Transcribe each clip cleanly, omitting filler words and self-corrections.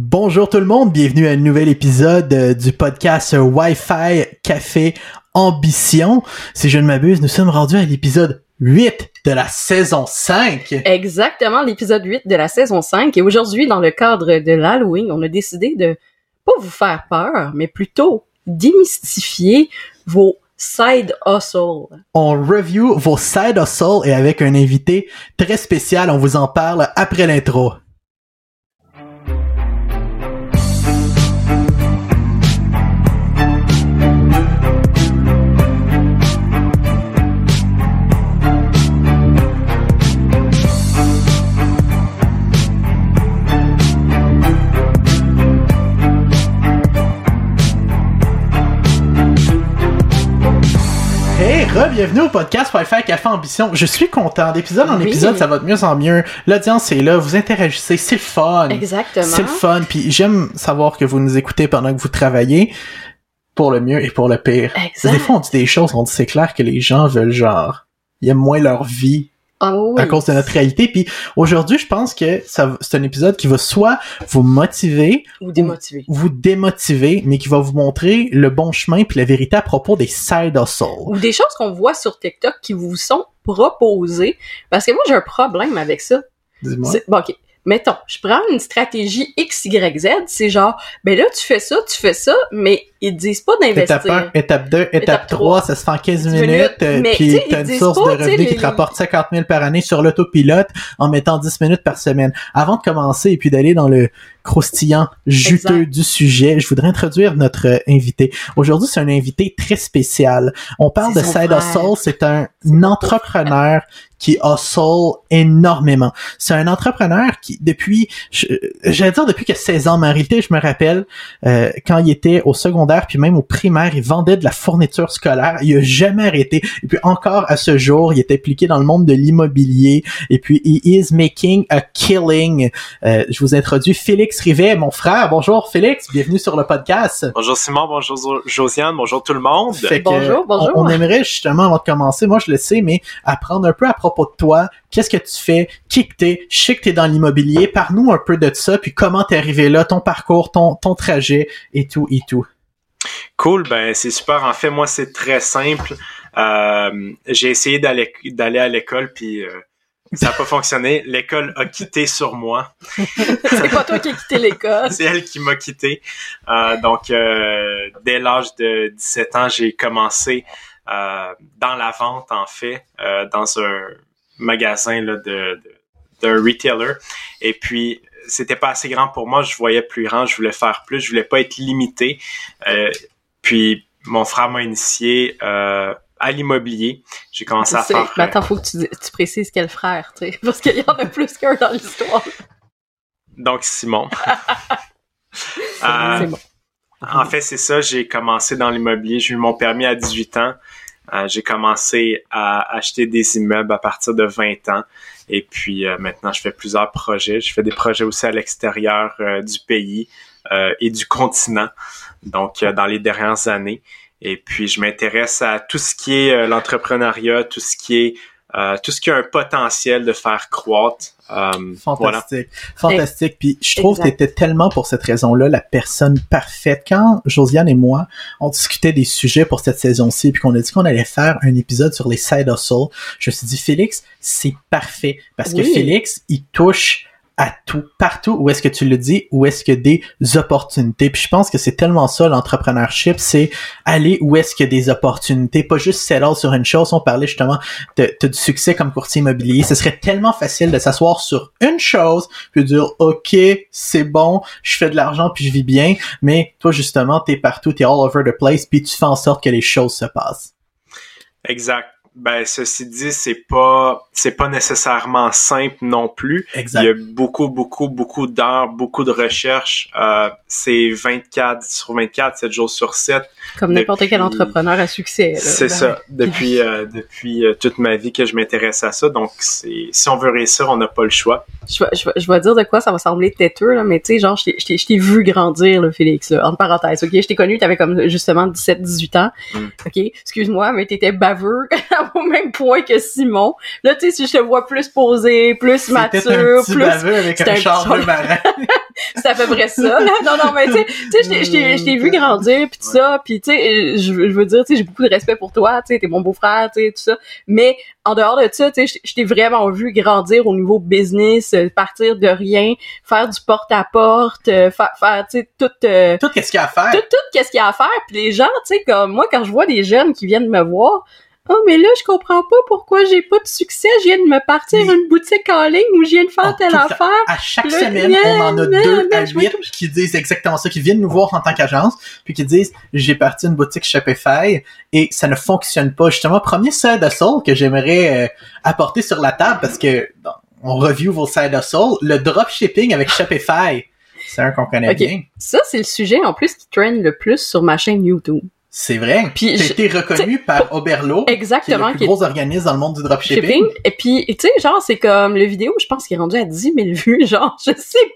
Bonjour tout le monde, bienvenue à un nouvel épisode du podcast Wi-Fi Café Ambition. Si je ne m'abuse, nous sommes rendus à l'épisode 8 de la saison 5. Exactement, l'épisode 8 de la saison 5. Et aujourd'hui, dans le cadre de l'Halloween, on a décidé de pas vous faire peur, mais plutôt démystifier vos side hustles. On review vos side hustles et avec un invité très spécial, on vous en parle après l'intro. Bienvenue au podcast Wi-Fi Café Ambition. Je suis content. D'épisode en épisode, ça va de mieux en mieux. L'audience est là, vous interagissez, c'est le fun. Exactement. C'est le fun. Puis j'aime savoir que vous nous écoutez pendant que vous travaillez, pour le mieux et pour le pire. Exact. Des fois, on dit des choses, on dit c'est clair que les gens veulent ils aiment moins leur vie. Oh oui. À cause de notre réalité. Puis aujourd'hui, je pense que c'est un épisode qui va soit vous motiver ou démotiver. Vous démotiver, mais qui va vous montrer le bon chemin puis la vérité à propos des side hustles. Ou des choses qu'on voit sur TikTok qui vous sont proposées. Parce que moi, j'ai un problème avec ça. Dis-moi. Bon, OK. Mettons, je prends une stratégie X, Y, Z, c'est genre, ben là, tu fais ça, mais ils te disent pas d'investir. Étape 1, étape 2, étape 3, ça se fait en 15 minutes, mais puis t'as une source de revenus qui te rapporte 50 000 par année sur l'autopilote en mettant 10 minutes par semaine. Avant de commencer et puis d'aller dans le croustillant juteux du sujet, je voudrais introduire notre invité. Aujourd'hui, c'est un invité très spécial. On parle de Side Hustle, c'est un entrepreneur qui hustle énormément. C'est un entrepreneur qui, depuis que 16 ans, mais en réalité, je me rappelle, quand il était au secondaire, puis même au primaire, il vendait de la fourniture scolaire. Il a jamais arrêté. Et puis encore à ce jour, il est impliqué dans le monde de l'immobilier. Et puis, he is making a killing. Je vous introduis Félix Rivet, mon frère. Bonjour Félix, bienvenue sur le podcast. Bonjour Simon, bonjour Josiane, bonjour tout le monde. Bonjour. On aimerait justement, avant de commencer, moi je le sais, mais apprendre un peu à propos de toi. Qu'est-ce que tu fais? Qui que t'es? Je sais que t'es dans l'immobilier. Parle-nous un peu de ça, puis comment t'es arrivé là, ton parcours, ton trajet et tout. Cool, ben c'est super. En fait, moi, c'est très simple. J'ai essayé d'aller à l'école, puis ça n'a pas fonctionné. L'école a quitté sur moi. C'est pas toi qui as quitté l'école. C'est elle qui m'a quitté. Donc, dès l'âge de 17 ans, j'ai commencé dans la vente, en fait, dans un magasin là, d'un retailer. Et puis, c'était pas assez grand pour moi. Je voyais plus grand. Je voulais faire plus. Je voulais pas être limité. Puis, mon frère m'a initié à l'immobilier. J'ai commencé à faire... Mais attends, faut que tu précises quel frère, tu sais, parce qu'il y en a plus qu'un dans l'histoire. Donc, Simon. C'est bon. En fait, c'est ça. J'ai commencé dans l'immobilier. J'ai eu mon permis à 18 ans. J'ai commencé à acheter des immeubles à partir de 20 ans. Et puis, maintenant, je fais plusieurs projets. Je fais des projets aussi à l'extérieur du pays et du continent. Donc, dans les dernières années. Et puis, je m'intéresse à tout ce qui est l'entrepreneuriat, tout ce qui a un potentiel de faire croître. Fantastique. Fantastique. Puis je trouve que t'étais tellement pour cette raison-là la personne parfaite. Quand Josiane et moi, on discutait des sujets pour cette saison-ci, puis qu'on a dit qu'on allait faire un épisode sur les side hustles, je me suis dit, Félix, c'est parfait. Parce que Félix, il touche à tout, partout où est-ce que tu le dis, où est-ce que des opportunités. Puis je pense que c'est tellement ça l'entrepreneurship, c'est aller où est-ce que des opportunités, pas juste settle sur une chose. On parlait justement de du succès comme courtier immobilier. Ce serait tellement facile de s'asseoir sur une chose puis de dire OK, c'est bon, je fais de l'argent puis je vis bien. Mais toi justement, t'es partout, t'es all over the place puis tu fais en sorte que les choses se passent. Exact. Ben, ceci dit, c'est pas nécessairement simple non plus. Exact. Il y a beaucoup d'heures, beaucoup de recherches. C'est 24 sur 24, 7 jours sur 7. Comme n'importe quel entrepreneur à succès. Là. C'est ça. Depuis toute ma vie que je m'intéresse à ça. Donc, si on veut réussir, on n'a pas le choix. Je vais dire de quoi ça va sembler têteux, là, mais tu sais, genre, je t'ai vu grandir, là, Félix, là, entre parenthèses, ok? Je t'ai connu, t'avais comme, justement, 17-18 ans. Ok? Excuse-moi, mais t'étais baveux au même point que Simon. Là, tu sais, si je te vois plus posé, plus mature, un petit baveux avec un char de marin. C'est à peu près ça, là. Non, mais tu sais, je t'ai vu grandir pis tout ça, pis tu sais, je veux dire, tu sais, j'ai beaucoup de respect pour toi, tu sais, t'es mon beau-frère, tu sais, tout ça. Mais en dehors de ça, tu sais, je t'ai vraiment vu grandir au niveau business, partir de rien, faire du porte-à-porte, faire tu sais, tout qu'est-ce qu'il y a à faire. Tout qu'est-ce qu'il y a à faire. Puis les gens, tu sais, comme moi, quand je vois des jeunes qui viennent me voir, oh, mais là, je comprends pas pourquoi j'ai pas de succès. Je viens de me partir une boutique en ligne où je viens de faire telle affaire. À chaque semaine, on en a 2 à 8 qui disent exactement ça, qui viennent nous voir en tant qu'agence, puis qui disent, j'ai parti une boutique Shopify et ça ne fonctionne pas. Justement, premier side hustle que j'aimerais apporter sur la table parce que on review vos side hustle, le dropshipping avec Shopify. C'est un qu'on connaît bien. Ça, c'est le sujet en plus qui traîne le plus sur ma chaîne YouTube. C'est vrai. Puis t'as été reconnu par Oberlo, exactement, qui est le plus gros organisme dans le monde du dropshipping. Et puis, tu sais, genre, c'est comme le vidéo, je pense qu'il est rendu à 10 000 vues, genre, je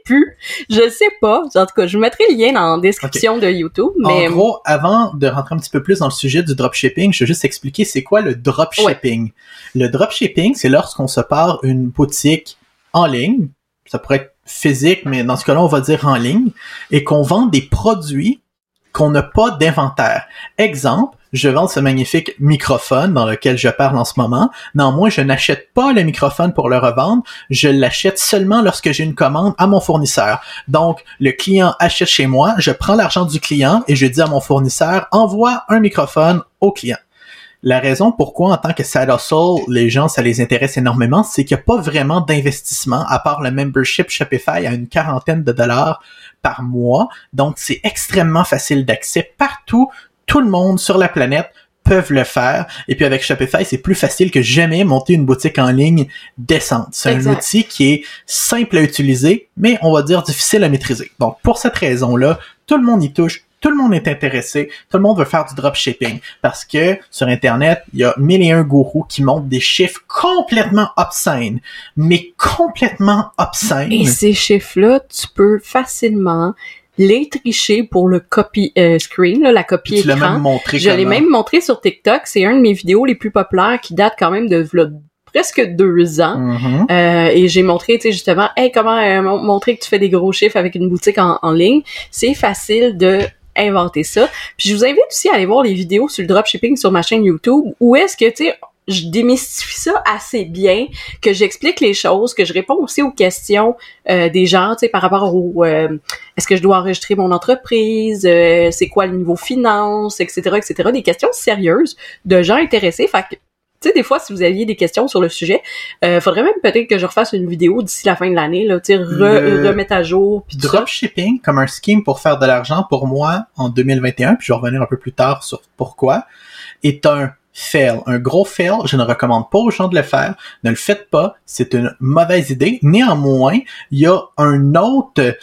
sais pas. En tout cas, je vous mettrai le lien dans la description de YouTube. Mais... En gros, avant de rentrer un petit peu plus dans le sujet du dropshipping, je vais juste expliquer c'est quoi le dropshipping. Ouais. Le dropshipping, c'est lorsqu'on se part une boutique en ligne, ça pourrait être physique, mais dans ce cas-là, on va dire en ligne, et qu'on vend des produits qu'on n'a pas d'inventaire. Exemple, je vends ce magnifique microphone dans lequel je parle en ce moment. Néanmoins, je n'achète pas le microphone pour le revendre. Je l'achète seulement lorsque j'ai une commande à mon fournisseur. Donc, le client achète chez moi, je prends l'argent du client et je dis à mon fournisseur, envoie un microphone au client. La raison pourquoi, en tant que side hustle, les gens, ça les intéresse énormément, c'est qu'il n'y a pas vraiment d'investissement, à part le membership Shopify à une quarantaine de dollars par mois. Donc, c'est extrêmement facile d'accès partout. Tout le monde sur la planète peuvent le faire. Et puis, avec Shopify, c'est plus facile que jamais monter une boutique en ligne décente. C'est un outil qui est simple à utiliser, mais on va dire difficile à maîtriser. Donc, pour cette raison-là, tout le monde y touche. Tout le monde est intéressé, tout le monde veut faire du dropshipping parce que sur Internet, il y a 1001 gourous qui montrent des chiffres complètement obscènes, mais complètement obscènes. Et ces chiffres-là, tu peux facilement les tricher pour le copy screen, là, la copie écran. Tu l'as même montré. Je l'ai même montré sur TikTok. C'est un de mes vidéos les plus populaires qui date quand même de presque 2 ans. Mm-hmm. Et j'ai montré, tu sais, justement, comment montrer que tu fais des gros chiffres avec une boutique en ligne. C'est facile de inventer ça. Puis je vous invite aussi à aller voir les vidéos sur le dropshipping sur ma chaîne YouTube où est-ce que, tu sais, je démystifie ça assez bien, que j'explique les choses, que je réponds aussi aux questions des gens, tu sais, par rapport au est-ce que je dois enregistrer mon entreprise, c'est quoi le niveau finance, etc., etc. Des questions sérieuses de gens intéressés. Fait que, tu sais, des fois, si vous aviez des questions sur le sujet, faudrait même peut-être que je refasse une vidéo d'ici la fin de l'année, là, tu sais, remettre à jour. Puis dropshipping comme un scheme pour faire de l'argent, pour moi, en 2021, puis je vais revenir un peu plus tard sur pourquoi, est un fail, un gros fail. Je ne recommande pas aux gens de le faire. Ne le faites pas. C'est une mauvaise idée. Néanmoins, il y a un autre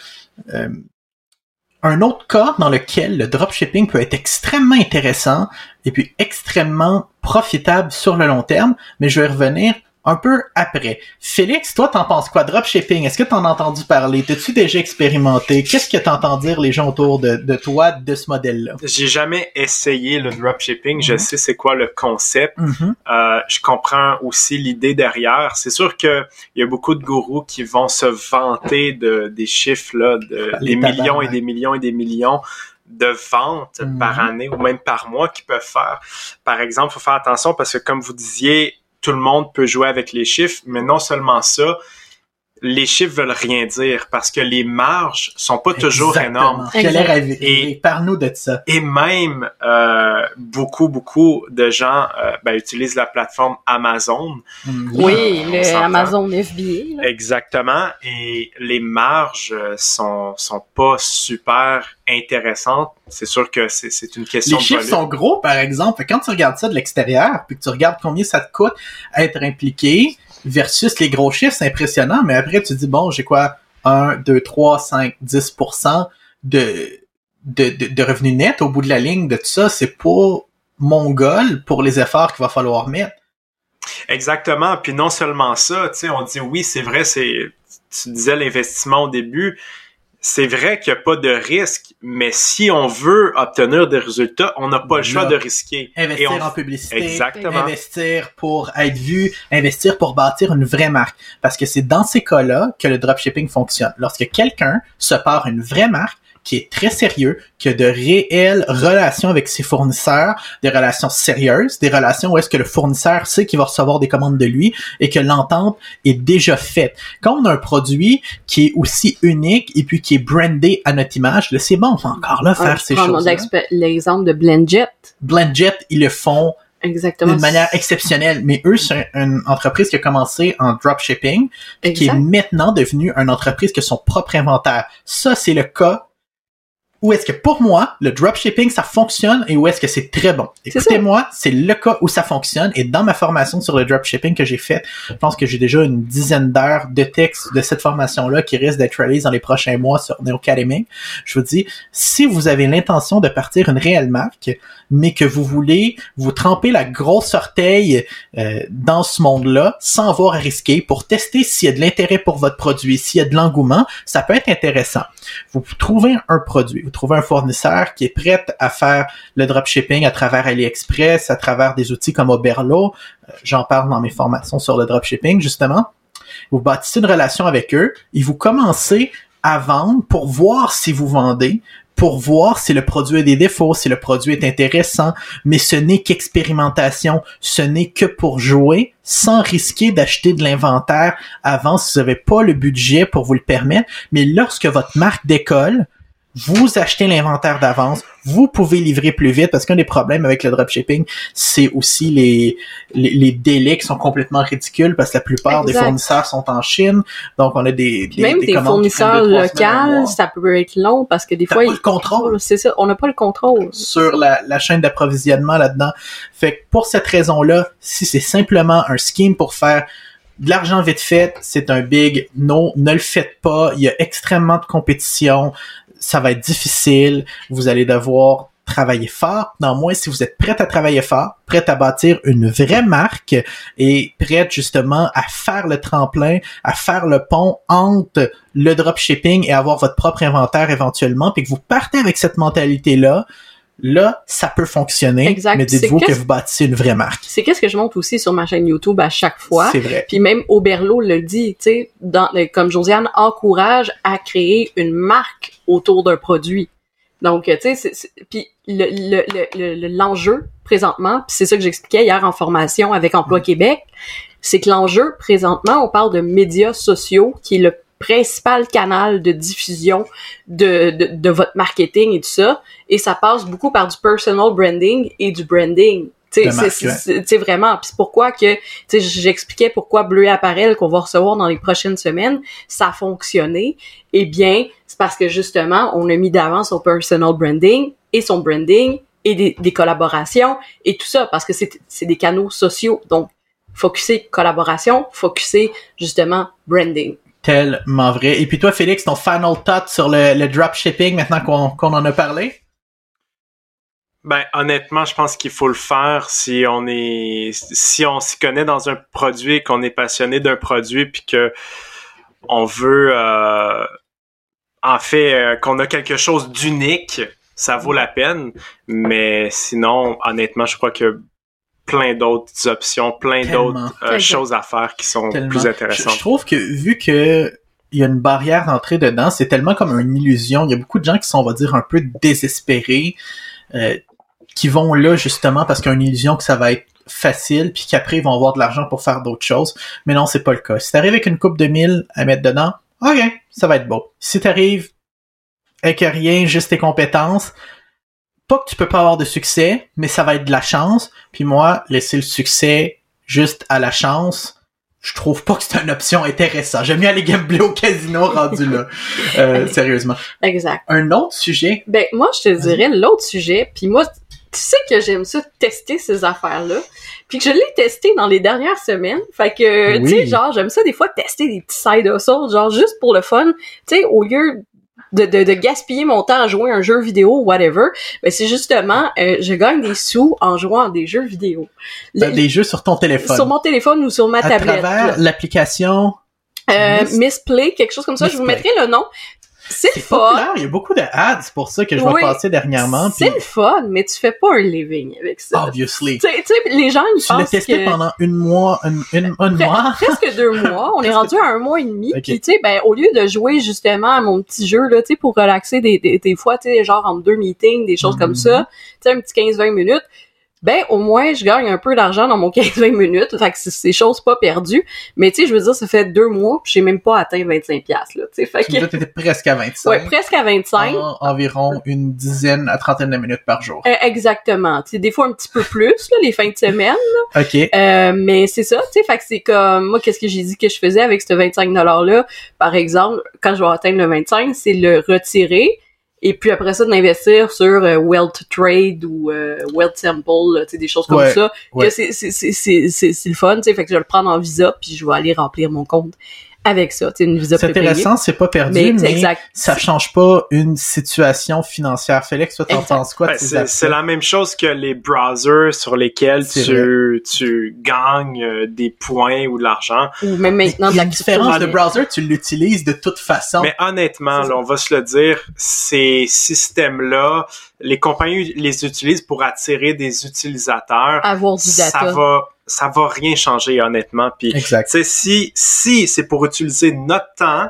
cas dans lequel le dropshipping peut être extrêmement intéressant et puis extrêmement profitable sur le long terme, mais je vais revenir un peu après. Félix, toi, t'en penses quoi? Dropshipping, est-ce que t'en as entendu parler? T'as-tu déjà expérimenté? Qu'est-ce que t'entends dire les gens autour de toi de ce modèle-là? J'ai jamais essayé le dropshipping. Je sais c'est quoi le concept. Je comprends aussi l'idée derrière. C'est sûr que il y a beaucoup de gourous qui vont se vanter des chiffres là, des millions et des millions et des millions de ventes par année ou même par mois qu'ils peuvent faire. Par exemple, faut faire attention parce que comme vous disiez, tout le monde peut jouer avec les chiffres, mais non seulement ça, les chiffres veulent rien dire parce que les marges sont pas toujours énormes. Et parle-nous de ça. Et même beaucoup de gens utilisent la plateforme Amazon. Oui, le Amazon FBA. Là. Exactement. Et les marges sont pas super intéressantes. C'est sûr que c'est une question de volume. Les chiffres sont gros, par exemple. Quand tu regardes ça de l'extérieur, puis que tu regardes combien ça te coûte à être impliqué, versus les gros chiffres, c'est impressionnant, mais après, tu dis, bon, j'ai quoi? 1, 2, 3, 5, 10% de revenus nets au bout de la ligne de tout ça. C'est pas mon goal pour les efforts qu'il va falloir mettre. Exactement. Puis non seulement ça, tu sais, on dit, oui, c'est vrai, tu disais l'investissement au début, c'est vrai qu'il n'y a pas de risque, mais si on veut obtenir des résultats, on n'a pas le choix de risquer. Investir en publicité, exactement. Investir pour être vu, investir pour bâtir une vraie marque. Parce que c'est dans ces cas-là que le dropshipping fonctionne. Lorsque quelqu'un se part une vraie marque, qui est très sérieux, qui a de réelles relations avec ses fournisseurs, des relations sérieuses, des relations où est-ce que le fournisseur sait qu'il va recevoir des commandes de lui et que l'entente est déjà faite. Quand on a un produit qui est aussi unique et puis qui est brandé à notre image, là, c'est bon, on va encore là faire ces choses-là. L'exemple de Blendjet. Blendjet, ils le font exactement d'une manière exceptionnelle, mais eux, c'est une entreprise qui a commencé en dropshipping, qui est maintenant devenue une entreprise qui a son propre inventaire. Ça, c'est le cas où est-ce que, pour moi, le dropshipping, ça fonctionne et où est-ce que c'est très bon. Écoutez-moi, c'est le cas où ça fonctionne et dans ma formation sur le dropshipping que j'ai faite, je pense que j'ai déjà une dizaine d'heures de texte de cette formation-là qui risque d'être release dans les prochains mois sur Neocademy. Je vous dis, si vous avez l'intention de partir une réelle marque, mais que vous voulez vous tremper la grosse orteille dans ce monde-là, sans avoir à risquer, pour tester s'il y a de l'intérêt pour votre produit, s'il y a de l'engouement, ça peut être intéressant. Vous trouvez un produit, vous trouvez un fournisseur qui est prêt à faire le dropshipping à travers AliExpress, à travers des outils comme Oberlo, j'en parle dans mes formations sur le dropshipping, justement. Vous bâtissez une relation avec eux et vous commencez à vendre pour voir si vous vendez, pour voir si le produit a des défauts, si le produit est intéressant, mais ce n'est qu'expérimentation, ce n'est que pour jouer, sans risquer d'acheter de l'inventaire avant si vous n'avez pas le budget pour vous le permettre. Mais lorsque votre marque décolle, vous achetez l'inventaire d'avance, vous pouvez livrer plus vite, parce qu'un des problèmes avec le dropshipping, c'est aussi les délais qui sont complètement ridicules, parce que la plupart des fournisseurs sont en Chine, donc on a des fournisseurs locaux, ça peut être long, parce que des fois... le contrôle. C'est ça, on n'a pas le contrôle. Sur la chaîne d'approvisionnement là-dedans. Fait que pour cette raison-là, si c'est simplement un scheme pour faire de l'argent vite fait, c'est un big no, ne le faites pas, il y a extrêmement de compétition, ça va être difficile, vous allez devoir travailler fort. Néanmoins, si vous êtes prête à travailler fort, prête à bâtir une vraie marque et prête justement à faire le tremplin, à faire le pont entre le dropshipping et avoir votre propre inventaire éventuellement, puis que vous partez avec cette mentalité-là, là, ça peut fonctionner, exact. Mais dites-vous que vous bâtissez une vraie marque. C'est qu'est-ce que je montre aussi sur ma chaîne YouTube à chaque fois. C'est vrai. Puis même Oberlo le dit, tu sais, comme Josiane encourage à créer une marque autour d'un produit. Donc, tu sais, puis l'enjeu présentement, puis c'est ça que j'expliquais hier en formation avec Emploi Québec, c'est que l'enjeu présentement, on parle de médias sociaux, qui est le principal canal de diffusion de votre marketing et tout ça, et ça passe beaucoup par du personal branding et du branding. C'est vraiment, puis c'est pourquoi que, tu sais, j'expliquais pourquoi Bleu Apparel qu'on va recevoir dans les prochaines semaines, ça a fonctionné. Eh bien, c'est parce que justement, on a mis d'avant son personal branding et son branding et des collaborations et tout ça, parce que c'est des canaux sociaux. Donc, focusser collaboration, focusser justement branding. Tellement vrai. Et puis toi, Félix, ton final thought sur le dropshipping maintenant qu'on en a parlé? Ben, honnêtement, je pense qu'il faut le faire si on s'y connaît dans un produit, qu'on est passionné d'un produit, puis que on veut, qu'on a quelque chose d'unique, ça vaut la peine. Mais sinon, honnêtement, je crois que plein d'autres options, plein d'autres choses à faire qui sont plus intéressantes. Je trouve que vu que il y a une barrière d'entrée dedans, c'est tellement comme une illusion. Il y a beaucoup de gens qui sont, on va dire, un peu désespérés, qui vont là justement parce qu'il y a une illusion que ça va être facile, puis qu'après ils vont avoir de l'argent pour faire d'autres choses. Mais non, c'est pas le cas. Si t'arrives avec une coupe de 1000 à mettre dedans, ok, ça va être beau. Si t'arrives avec rien, juste tes compétences, pas que tu peux pas avoir de succès, mais ça va être de la chance. Puis moi, laisser le succès juste à la chance, je trouve pas que c'est une option intéressante. J'aime mieux aller gambler au casino rendu là. Sérieusement. Exact. Un autre sujet? Ben, moi, je te dirais l'autre sujet, puis moi, tu sais que j'aime ça tester ces affaires-là, puis que je l'ai testé dans les dernières semaines. Fait que, tu sais, genre, j'aime ça des fois tester des petits side hustles, genre juste pour le fun, tu sais, au lieu de gaspiller mon temps à jouer un jeu vidéo, whatever, ben c'est justement, je gagne des sous en jouant à des jeux vidéo. Des jeux sur ton téléphone. Sur mon téléphone ou sur ma tablette. À travers l'application Misplay, quelque chose comme ça. Je vous mettrai le nom. c'est le fun. Populaire. Il y a beaucoup de ads, c'est pour ça que je vois passer dernièrement. C'est le fun, mais tu fais pas un living avec ça. Obviously. Tu sais, les gens, ils pensent que... Tu l'as testé pendant un mois. Presque 2 mois. On est rendu à 1 mois et demi. Okay. Puis, tu sais, ben, au lieu de jouer justement à mon petit jeu, là, tu sais, pour relaxer des fois, tu sais, genre entre 2 meetings, des choses comme ça, tu sais, un petit 15-20 minutes, ben au moins je gagne un peu d'argent dans mon 15-20 minutes, fait que c'est chose pas perdues, mais tu sais je veux dire ça fait 2 mois puis j'ai même pas atteint 25$ là, tu sais, fait que t'étais presque à 25. Ouais, presque à 25. Environ une dizaine à trentaine de minutes par jour. Exactement, tu sais des fois un petit peu plus là, les fins de semaine là. OK. Mais c'est ça, tu sais, fait que c'est comme moi qu'est-ce que j'ai dit que je faisais avec ce 25$ là, par exemple, quand je vais atteindre le 25, c'est le retirer. Et puis après ça, d'investir sur Wealth Trade ou Wealth Temple, tu sais, des choses comme ça. Que c'est le fun, tu sais, fait que je vais le prendre en Visa puis je vais aller remplir mon compte avec ça, tu sais, une Visa prépayée. C'est intéressant, c'est pas perdu, mais ça change pas une situation financière. Félix, toi, t'en penses quoi? C'est la même chose que les browsers sur lesquels tu gagnes des points ou de l'argent. Ou même maintenant, la différence de browser, tu l'utilises de toute façon. Mais honnêtement, là, on va se le dire, ces systèmes-là, les compagnies les utilisent pour attirer des utilisateurs. Avoir du data. Ça va rien changer, honnêtement. Puis, tu sais, si c'est pour utiliser notre temps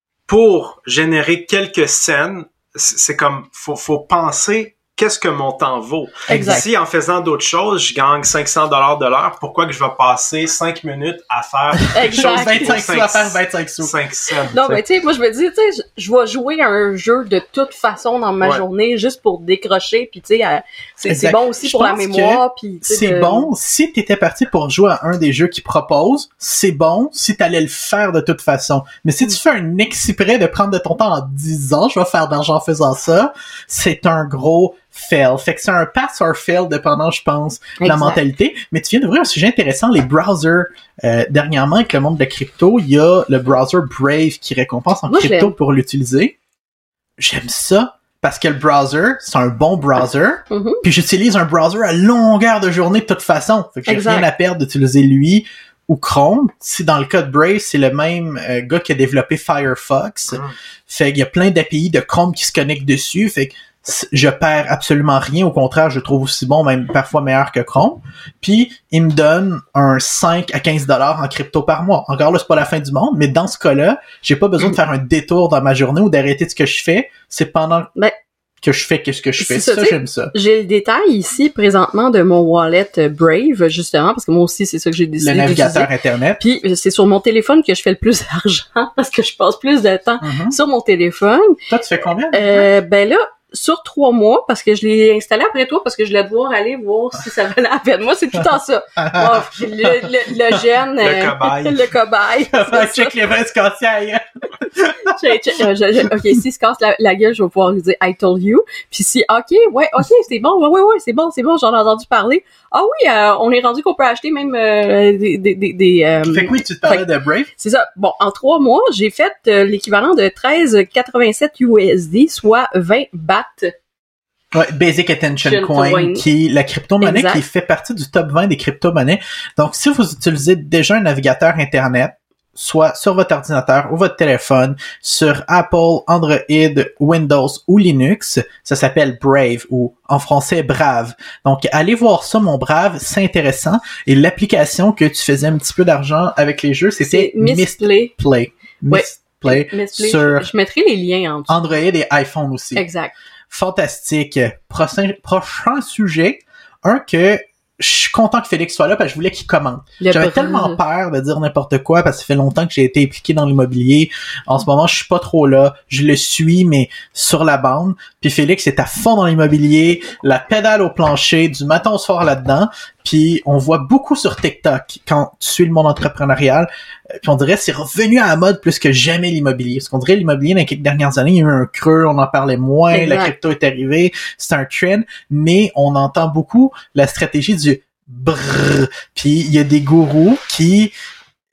pour générer quelques scènes, c'est comme, faut penser qu'est-ce que mon temps vaut. Exact. Si en faisant d'autres choses, je gagne $500 de l'heure, pourquoi que je vais passer 5 minutes à faire chose 25 sous à faire 25 sous. 5 cents. Non, mais tu sais, moi je me dis, tu sais, je vais jouer à un jeu de toute façon dans ma journée juste pour décrocher, puis tu sais, c'est bon aussi pour la mémoire, puis c'est bon si t'étais parti pour jouer à un des jeux qu'ils proposent, c'est bon si t'allais le faire de toute façon. Mais si tu fais un exprès de prendre de ton temps en 10 ans, je vais faire d'argent en faisant ça, c'est un gros fail. Fait que c'est un pass or fail dépendant, je pense, de la mentalité. Mais tu viens d'ouvrir un sujet intéressant, les browsers. Dernièrement, avec le monde de la crypto, il y a le browser Brave qui récompense en crypto pour l'utiliser. J'aime ça parce que le browser, c'est un bon browser. Puis j'utilise un browser à longueur de journée de toute façon. Fait que j'ai rien à perdre d'utiliser lui ou Chrome. Si dans le cas de Brave, c'est le même gars qui a développé Firefox. Fait qu'il y a plein d'API de Chrome qui se connectent dessus. Fait que je perds absolument rien. Au contraire, je le trouve aussi bon, même parfois meilleur que Chrome. Puis, il me donne un 5 à 15$ en crypto par mois. Encore là, c'est pas la fin du monde, mais dans ce cas-là, j'ai pas besoin de faire un détour dans ma journée ou d'arrêter ce que je fais. C'est pendant que je fais qu'est-ce que je fais. Ça, j'aime ça. J'ai le détail ici, présentement, de mon wallet Brave, justement, parce que moi aussi, c'est ça que j'ai décidé d'utiliser. Le navigateur Internet. Puis, c'est sur mon téléphone que je fais le plus d'argent, parce que je passe plus de temps sur mon téléphone. Toi, tu fais combien? Ben là, sur 3 mois, parce que je l'ai installé après toi, parce que je voulais devoir aller voir si ça valait la peine. Moi, c'est tout le temps ça. Le jeune... Le cobaye. Le cobaye. Check les vrais scantiers. OK, s'il se casse la gueule, je vais pouvoir lui dire « I told you ». Puis si « OK, c'est bon, ouais, c'est bon, j'en ai entendu parler. Ah oui, on est rendu qu'on peut acheter même des Fait que oui, tu te parlais de Brave. C'est ça. Bon, en 3 mois, j'ai fait l'équivalent de 13,87 USD, soit 20 bahts. Ouais, Basic Attention Coin, qui est la crypto-monnaie qui fait partie du top 20 des crypto-monnaies. Donc, si vous utilisez déjà un navigateur Internet, soit sur votre ordinateur ou votre téléphone, sur Apple, Android, Windows ou Linux, ça s'appelle Brave ou en français Brave. Donc, allez voir ça, mon Brave, c'est intéressant. Et l'application que tu faisais un petit peu d'argent avec les jeux, c'était Misplay. Misplay. Sur je mettrai les liens en dessous. Android et iPhone aussi. Exact. Fantastique. Prochain sujet. Un que je suis content que Félix soit là parce que je voulais qu'il commente. J'avais tellement peur de dire n'importe quoi parce que ça fait longtemps que j'ai été impliqué dans l'immobilier. En ce moment, je suis pas trop là. Je le suis, mais sur la bande. Puis Félix est à fond dans l'immobilier, la pédale au plancher, du matin au soir là-dedans. Puis on voit beaucoup sur TikTok quand tu suis le monde entrepreneurial. Puis on dirait c'est revenu à la mode plus que jamais l'immobilier. Parce qu'on dirait l'immobilier dans les quelques dernières années, il y a eu un creux, on en parlait moins, la crypto est arrivée, c'est un trend, mais on entend beaucoup la stratégie du brrr. Puis il y a des gourous qui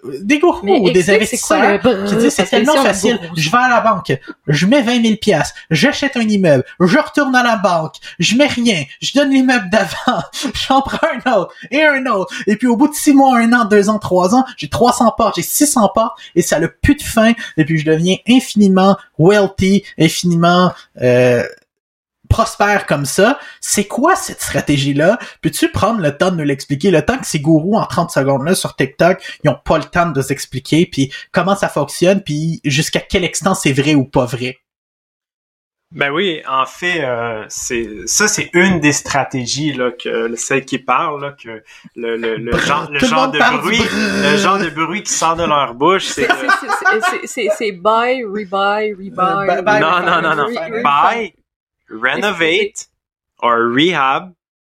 des gourous, des investisseurs qui disent c'est tellement facile, je vais à la banque, je mets 20 000 piastres, j'achète un immeuble, je retourne à la banque, je mets rien, je donne l'immeuble d'avant, j'en prends un autre, et puis au bout de 6 mois, 1 an, 2 ans, 3 ans, j'ai 300 portes, j'ai 600 portes, et ça n'a plus de fin, et puis je deviens infiniment wealthy, infiniment prospère comme ça. C'est quoi cette stratégie-là? Peux-tu prendre le temps de nous l'expliquer? Le temps que ces gourous en 30 secondes-là sur TikTok, ils ont pas le temps de nous expliquer, puis comment ça fonctionne, puis jusqu'à quel extent c'est vrai ou pas vrai? Ben oui, en fait, c'est une des stratégies là que celle qui parle là, que le genre de bruit qui sort de leur bouche, c'est buy, rebuy, rebuy. Non. Buy, renovate or rehab,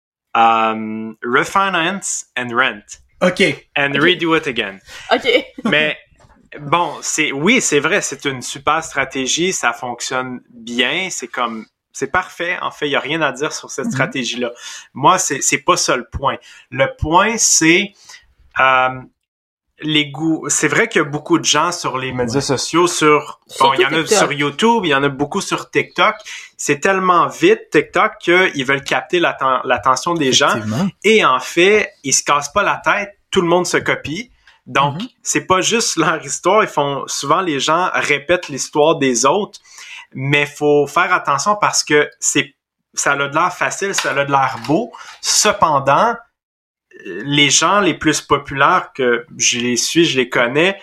refinance and rent. OK. And redo it again. OK. Mais bon, c'est vrai, c'est une super stratégie, ça fonctionne bien, c'est parfait. En fait, il y a rien à dire sur cette stratégie-là. Moi, c'est pas ça le point. Le point, c'est les goûts. C'est vrai qu'il y a beaucoup de gens sur les médias sociaux, il y en a sur YouTube, il y en a beaucoup sur TikTok. C'est tellement vite, TikTok, qu'ils veulent capter l'attention des gens. Et en fait, ils se cassent pas la tête, tout le monde se copie. Donc, c'est pas juste leur histoire. Souvent, les gens répètent l'histoire des autres, mais faut faire attention parce que ça a de l'air facile, ça a de l'air beau. Cependant, les gens les plus populaires que je les connais,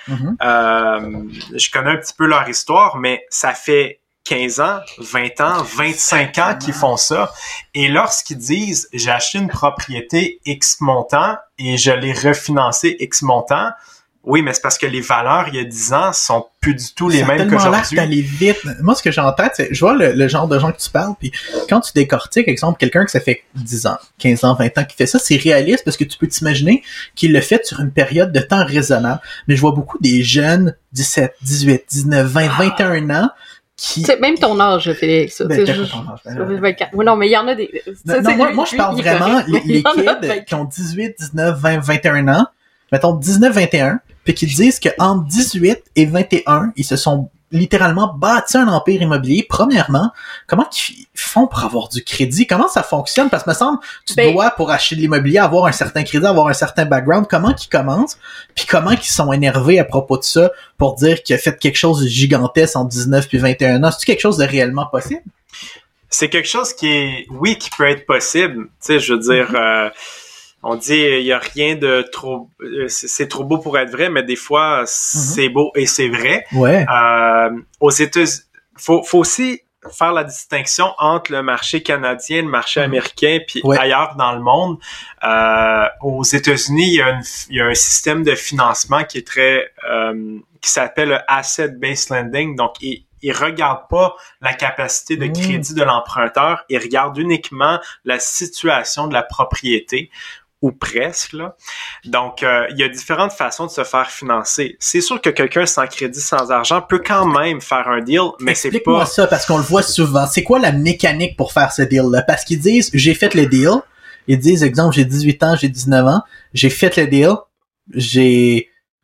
je connais un petit peu leur histoire, mais ça fait 15 ans, 20 ans, 25 ans qu'ils font ça. Et lorsqu'ils disent « j'ai acheté une propriété X montant et je l'ai refinancée X montant », oui, mais c'est parce que les valeurs, il y a 10 ans, sont plus du tout les mêmes qu'aujourd'hui. Ça d'aller vite. Moi, ce que j'ai en tête, c'est, je vois le genre de gens que tu parles, puis quand tu décortiques, exemple, quelqu'un que ça fait 10 ans, 15 ans, 20 ans qui fait ça, c'est réaliste parce que tu peux t'imaginer qu'il le fait sur une période de temps raisonnable. Mais je vois beaucoup des jeunes, 17, 18, 19, 20, 21 ans, c'est même ton âge, Félix. Ben, ton âge. 24. Oui, non, mais il y en a des... moi, je parle vraiment les kids qui ont 18, 19, 20, 21 ans, mettons 19, 21, puis qui disent qu'entre 18 et 21, ils se sont littéralement bâti un empire immobilier. Premièrement, comment ils font pour avoir du crédit? Comment ça fonctionne? Parce que me semble, tu dois, pour acheter de l'immobilier, avoir un certain crédit, avoir un certain background. Comment qu'ils commencent? Puis comment qu'ils sont énervés à propos de ça pour dire qu'ils ont fait quelque chose de gigantesque en 19 puis 21 ans? C'est-tu quelque chose de réellement possible? C'est quelque chose qui peut être possible. Tu sais, je veux dire... on dit il y a rien de trop c'est trop beau pour être vrai, mais des fois c'est beau et c'est vrai. Ouais. Aux États-Unis, faut aussi faire la distinction entre le marché canadien, le marché américain, puis ailleurs dans le monde. Aux États-Unis, il y a un système de financement qui est très qui s'appelle le asset-based lending. Donc il regarde pas la capacité de crédit de l'emprunteur, il regarde uniquement la situation de la propriété. Ou presque, là. Donc, il y a différentes façons de se faire financer. C'est sûr que quelqu'un sans crédit, sans argent, peut quand même faire un deal, mais c'est pas... Explique-moi ça, parce qu'on le voit souvent. C'est quoi la mécanique pour faire ce deal-là? Parce qu'ils disent, j'ai fait le deal. Ils disent, exemple, j'ai 18 ans, j'ai 19 ans. J'ai fait le deal. J'ai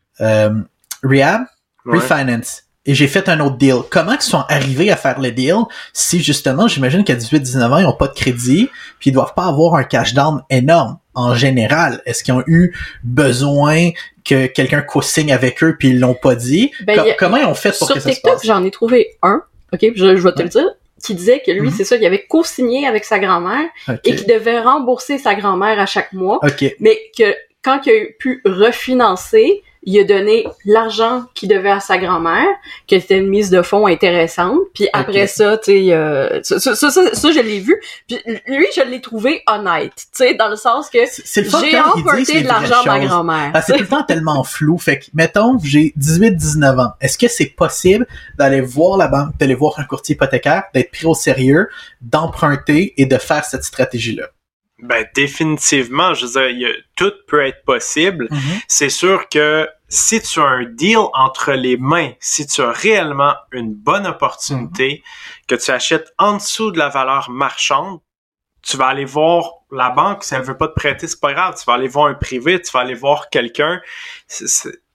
refinance. Et j'ai fait un autre deal. Comment ils sont arrivés à faire le deal si, justement, j'imagine qu'à 18-19 ans, ils n'ont pas de crédit, puis ils doivent pas avoir un cash down énorme. En général, est-ce qu'ils ont eu besoin que quelqu'un co-signe avec eux puis ils l'ont pas dit? Comment ils ont fait pour que ça se passe? Sur TikTok, j'en ai trouvé un, OK, je vais te le dire, qui disait que lui, c'est ça, il avait co-signé avec sa grand-mère et qu'il devait rembourser sa grand-mère à chaque mois, mais que quand il a pu refinancer, il a donné l'argent qu'il devait à sa grand-mère, que c'était une mise de fonds intéressante. Puis après ça, tu sais, ça, je l'ai vu. Puis lui, je l'ai trouvé honnête, tu sais, dans le sens que j'ai emprunté de l'argent à ma grand-mère. C'est tout le temps tellement flou. Fait que, mettons, j'ai 18-19 ans. Est-ce que c'est possible d'aller voir la banque, d'aller voir un courtier hypothécaire, d'être pris au sérieux, d'emprunter et de faire cette stratégie-là? Ben, définitivement, je veux dire, tout peut être possible. C'est sûr que si tu as un deal entre les mains, si tu as réellement une bonne opportunité, que tu achètes en dessous de la valeur marchande, tu vas aller voir la banque. Si elle veut pas te prêter, c'est pas grave. Tu vas aller voir un privé, tu vas aller voir quelqu'un.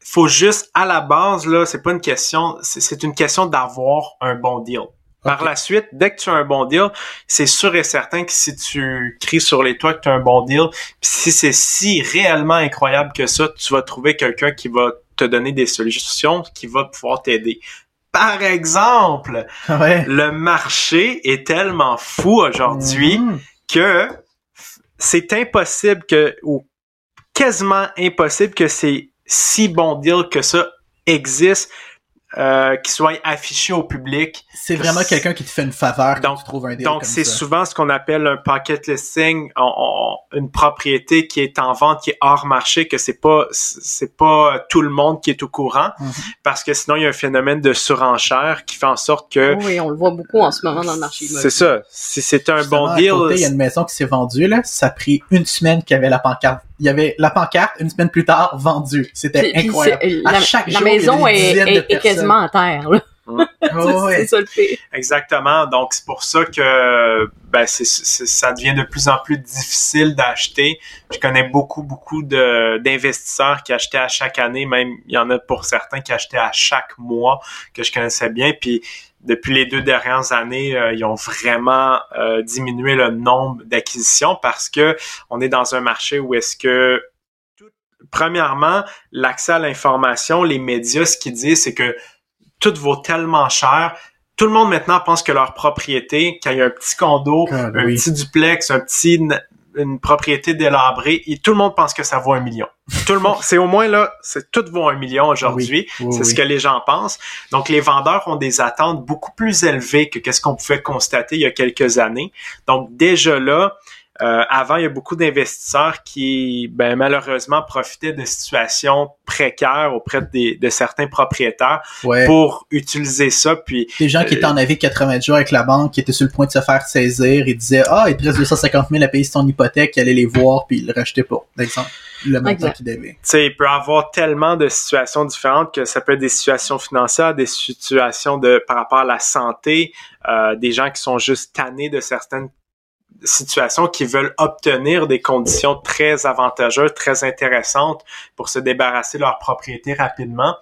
faut juste, à la base, là, c'est pas une question, c'est une question d'avoir un bon deal. Par la suite, dès que tu as un bon deal, c'est sûr et certain que si tu cries sur les toits que tu as un bon deal, puis si c'est si réellement incroyable que ça, tu vas trouver quelqu'un qui va te donner des solutions, qui va pouvoir t'aider. Par exemple, le marché est tellement fou aujourd'hui que c'est impossible ou quasiment impossible que ces si bons deals que ça existent, qui soient affichés au public. C'est vraiment quelqu'un qui te fait une faveur quand tu trouves un deal comme ça. Donc, c'est souvent ce qu'on appelle un pocket listing, une propriété qui est en vente, qui est hors marché, que c'est pas tout le monde qui est au courant, parce que sinon, il y a un phénomène de surenchère qui fait en sorte que... Oui, on le voit beaucoup en ce moment dans le marché immobilier. C'est ça. Si c'est un bon deal... Il y a une maison qui s'est vendue, là. Ça a pris une semaine qu'il y avait la pancarte. Il y avait la pancarte, une semaine plus tard, vendue. C'était incroyable. La maison est quasiment à terre, là. C'est ça le pire. Exactement. Donc, c'est pour ça que ça devient de plus en plus difficile d'acheter. Je connais beaucoup d'investisseurs qui achetaient à chaque année. Même, il y en a pour certains qui achetaient à chaque mois, que je connaissais bien. Puis, depuis les 2 dernières années, ils ont vraiment diminué le nombre d'acquisitions parce que on est dans un marché où est-ce que, premièrement, l'accès à l'information, les médias, ce qu'ils disent, c'est que tout vaut tellement cher. Tout le monde maintenant pense que leur propriété, quand il y a un petit condo, petit duplex, une propriété délabrée, et tout le monde pense que ça vaut 1 million. Tout le monde, c'est au moins là, tout vaut 1 million aujourd'hui. C'est ce que les gens pensent. Donc, les vendeurs ont des attentes beaucoup plus élevées que qu'est-ce qu'on pouvait constater il y a quelques années. Donc, déjà là, avant, il y a beaucoup d'investisseurs qui, malheureusement, profitaient de situations précaires auprès de certains propriétaires pour utiliser ça. Puis des gens qui étaient en avis 80 jours avec la banque, qui étaient sur le point de se faire saisir, ils disaient il te reste 250 000 à payer sur ton hypothèque, ils allaient les voir puis ils le rachetaient pas. D'exemple, le montant qu'ils devaient. Tu sais, il peut y avoir tellement de situations différentes que ça peut être des situations financières, des situations par rapport à la santé, des gens qui sont juste tannés de certaines situations qui veulent obtenir des conditions très avantageuses, très intéressantes pour se débarrasser de leur propriété rapidement.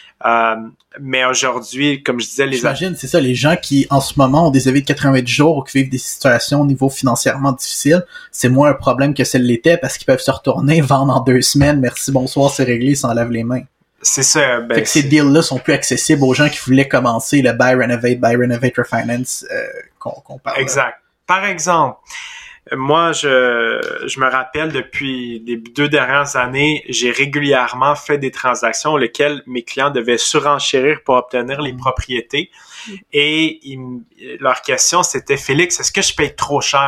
Mais aujourd'hui, comme je disais, j'imagine, c'est ça, les gens qui, en ce moment, ont des avis de 90 jours ou qui vivent des situations au niveau financièrement difficile, c'est moins un problème que ça l'était parce qu'ils peuvent se retourner, vendre en 2 semaines, merci, bonsoir, c'est réglé, ils s'en lavent les mains. C'est ça. Fait que ces deals-là sont plus accessibles aux gens qui voulaient commencer le buy, renovate, refinance qu'on parle. Exact. Par exemple, moi, je me rappelle depuis les 2 dernières années, j'ai régulièrement fait des transactions auxquelles mes clients devaient surenchérir pour obtenir les propriétés. Et leur question, c'était « Félix, est-ce que je paye trop cher? »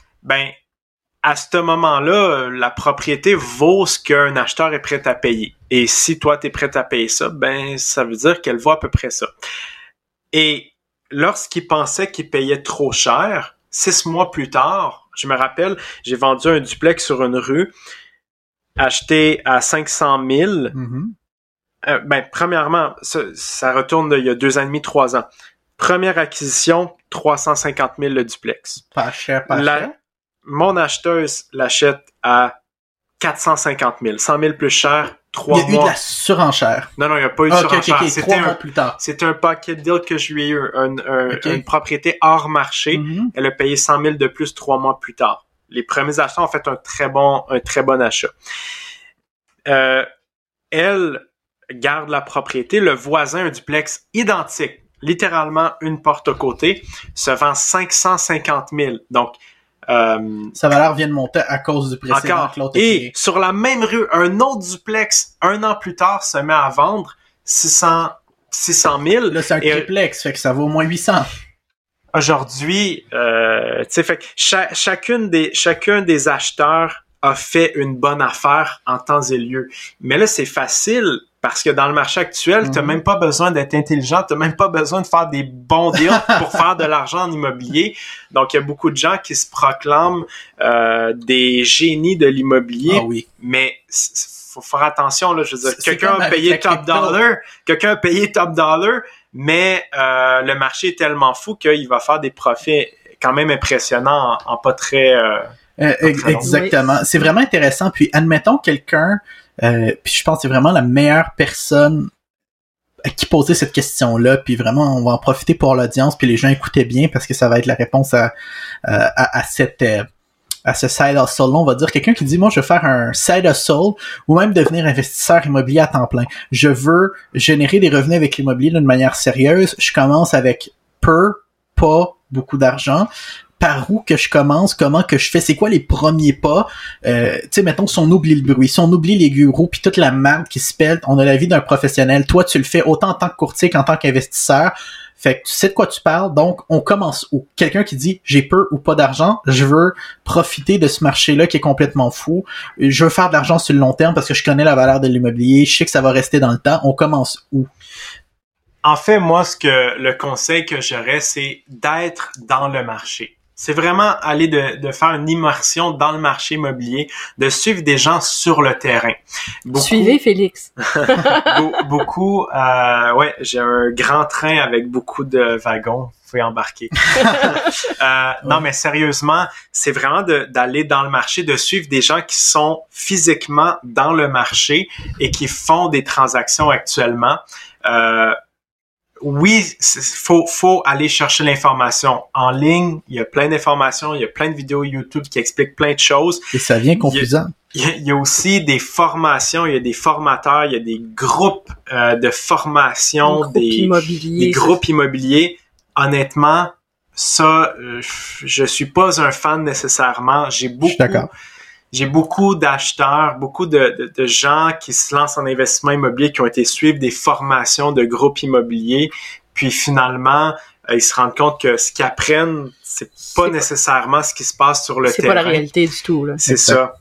À ce moment-là, la propriété vaut ce qu'un acheteur est prêt à payer. Et si toi, tu es prêt à payer ça, ça veut dire qu'elle vaut à peu près ça. Et lorsqu'ils pensaient qu'ils payaient trop cher, 6 mois plus tard, je me rappelle, j'ai vendu un duplex sur une rue, acheté à 500 000. Premièrement, ça retourne il y a 2 ans et demi, 3 ans. Première acquisition, 350 000 le duplex. Pas cher. Mon acheteuse l'achète à 450 000, 100 000 plus cher, 3 mois. Il y a eu de la surenchère. Non, il n'y a pas eu de surenchère. Okay. 3 mois plus tard. C'était un pocket deal que je lui ai eu, une propriété hors marché. Elle a payé 100 000 de plus 3 mois plus tard. Les premiers acheteurs ont fait un très bon achat. Elle garde la propriété. Le voisin, un duplex identique, littéralement une porte à côté, se vend 550 000. Donc, sa valeur vient de monter à cause du précédent que l'autre et sur la même rue, un autre duplex, 1 an plus tard, se met à vendre 600 000. Là, c'est un triplex, fait que ça vaut au moins 800. Aujourd'hui, fait que chacun des acheteurs a fait une bonne affaire en temps et lieu. Mais là, c'est facile parce que dans le marché actuel, t'as même pas besoin d'être intelligent, t'as même pas besoin de faire des bons deals pour faire de l'argent en immobilier. Donc, il y a beaucoup de gens qui se proclament des génies de l'immobilier. Mais faut faire attention, là. Je veux dire, quelqu'un a payé top dollar, mais le marché est tellement fou qu'il va faire des profits quand même impressionnants en pas très... exactement. C'est vraiment intéressant. Puis, admettons quelqu'un Puis je pense que c'est vraiment la meilleure personne à qui poser cette question-là, puis vraiment, on va en profiter pour l'audience, puis les gens écoutaient bien, parce que ça va être la réponse à ce side hustle-là. On va dire quelqu'un qui dit, moi, je veux faire un side hustle, ou même devenir investisseur immobilier à temps plein. Je veux générer des revenus avec l'immobilier d'une manière sérieuse. Je commence avec pas beaucoup d'argent. Par où que je commence, comment que je fais, c'est quoi les premiers pas, tu sais, mettons, si on oublie le bruit, si on oublie les gurus puis toute la merde qui se pèle, on a la vie d'un professionnel. Toi, tu le fais autant en tant que courtier qu'en tant qu'investisseur. Fait que tu sais de quoi tu parles, donc on commence où? Quelqu'un qui dit, j'ai peu ou pas d'argent, je veux profiter de ce marché-là qui est complètement fou, je veux faire de l'argent sur le long terme parce que je connais la valeur de l'immobilier, je sais que ça va rester dans le temps, on commence où? En fait, moi, le conseil que j'aurais, c'est d'être dans le marché. C'est vraiment aller de faire une immersion dans le marché immobilier, de suivre des gens sur le terrain. Suivez Félix. Beaucoup, ouais, j'ai un grand train avec beaucoup de wagons. Vous pouvez embarquer. Non, mais sérieusement, c'est vraiment d'aller dans le marché, de suivre des gens qui sont physiquement dans le marché et qui font des transactions actuellement. Oui, faut aller chercher l'information en ligne. Il y a plein d'informations, il y a plein de vidéos YouTube qui expliquent plein de choses. Et ça vient confusant. Il y a aussi des formations, il y a des formateurs, il y a des groupes de formation, des groupes immobiliers. Honnêtement, ça, je suis pas un fan nécessairement. J'ai beaucoup d'acheteurs, beaucoup de gens qui se lancent en investissement immobilier, qui ont été suivre des formations de groupes immobiliers, puis finalement, ils se rendent compte que ce qu'ils apprennent, c'est pas nécessairement ce qui se passe sur le terrain. C'est pas la réalité du tout, là. C'est ça.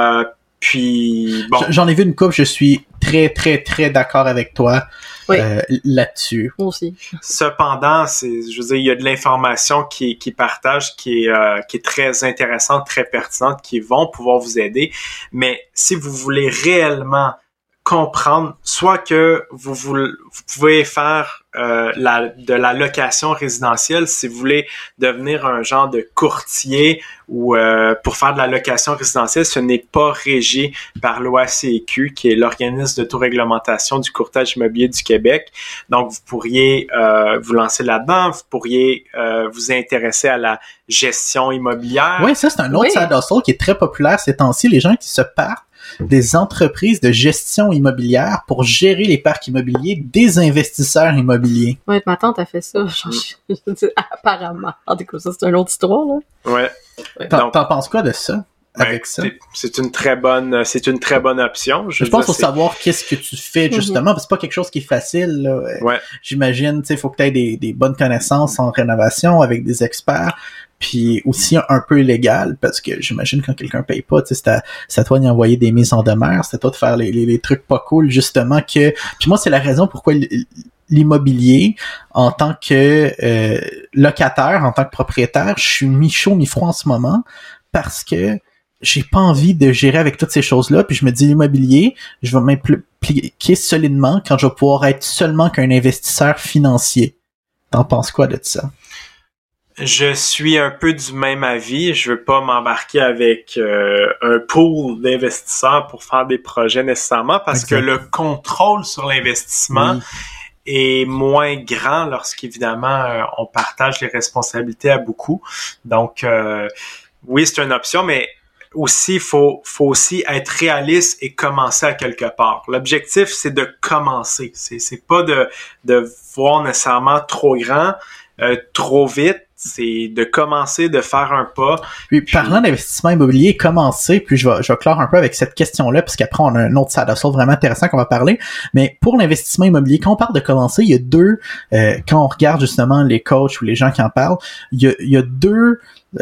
Puis, bon. J'en ai vu une couple, je suis très, très, très d'accord avec toi. Oui. Là-dessus. Moi aussi. Cependant, je veux dire, il y a de l'information qui partagent, qui est très intéressante, très pertinente, qui vont pouvoir vous aider. Mais si vous voulez réellement comprendre, soit que vous pouvez faire de la location résidentielle, si vous voulez devenir un genre de courtier ou pour faire de la location résidentielle, ce n'est pas régi par l'OACQ, qui est l'organisme d'autoréglementation du courtage immobilier du Québec. Donc, vous pourriez vous lancer là-dedans, vous pourriez vous intéresser à la gestion immobilière. Oui, ça, c'est un autre side hustle qui est très populaire ces temps-ci, les gens qui se partent des entreprises de gestion immobilière pour gérer les parcs immobiliers des investisseurs immobiliers. Ouais, ma tante a fait ça, apparemment. En tout cas, ça, c'est une autre histoire, là. Ouais. T'en penses quoi de ça? Avec ça? C'est une très bonne option. Je pense qu'il faut savoir qu'est-ce que tu fais, justement, parce que c'est pas quelque chose qui est facile, là. Ouais. J'imagine, tu sais, il faut que tu aies des bonnes connaissances en rénovation avec des experts. Puis aussi un peu illégal, parce que j'imagine quand quelqu'un paye pas, tu sais, c'est à toi d'y envoyer des mises en demeure, c'est à toi de faire les trucs pas cool, justement que... Puis moi, c'est la raison pourquoi l'immobilier, en tant que locataire, en tant que propriétaire, je suis mi-chaud, mi-froid en ce moment, parce que j'ai pas envie de gérer avec toutes ces choses-là, puis je me dis l'immobilier, je vais m'impliquer solidement quand je vais pouvoir être seulement qu'un investisseur financier. T'en penses quoi de ça? Je suis un peu du même avis. Je veux pas m'embarquer avec un pool d'investisseurs pour faire des projets nécessairement parce que le contrôle sur l'investissement est moins grand lorsqu'évidemment on partage les responsabilités à beaucoup. Donc oui, c'est une option, mais aussi faut aussi être réaliste et commencer à quelque part. L'objectif, c'est de commencer. C'est pas de voir nécessairement trop grand, trop vite. C'est de commencer, de faire un pas. Puis parlant d'investissement immobilier, commencer, puis je vais clore un peu avec cette question-là, parce qu'après, on a un autre side hustle vraiment intéressant qu'on va parler. Mais pour l'investissement immobilier, quand on parle de commencer, il y a deux, quand on regarde justement les coachs ou les gens qui en parlent, il y a deux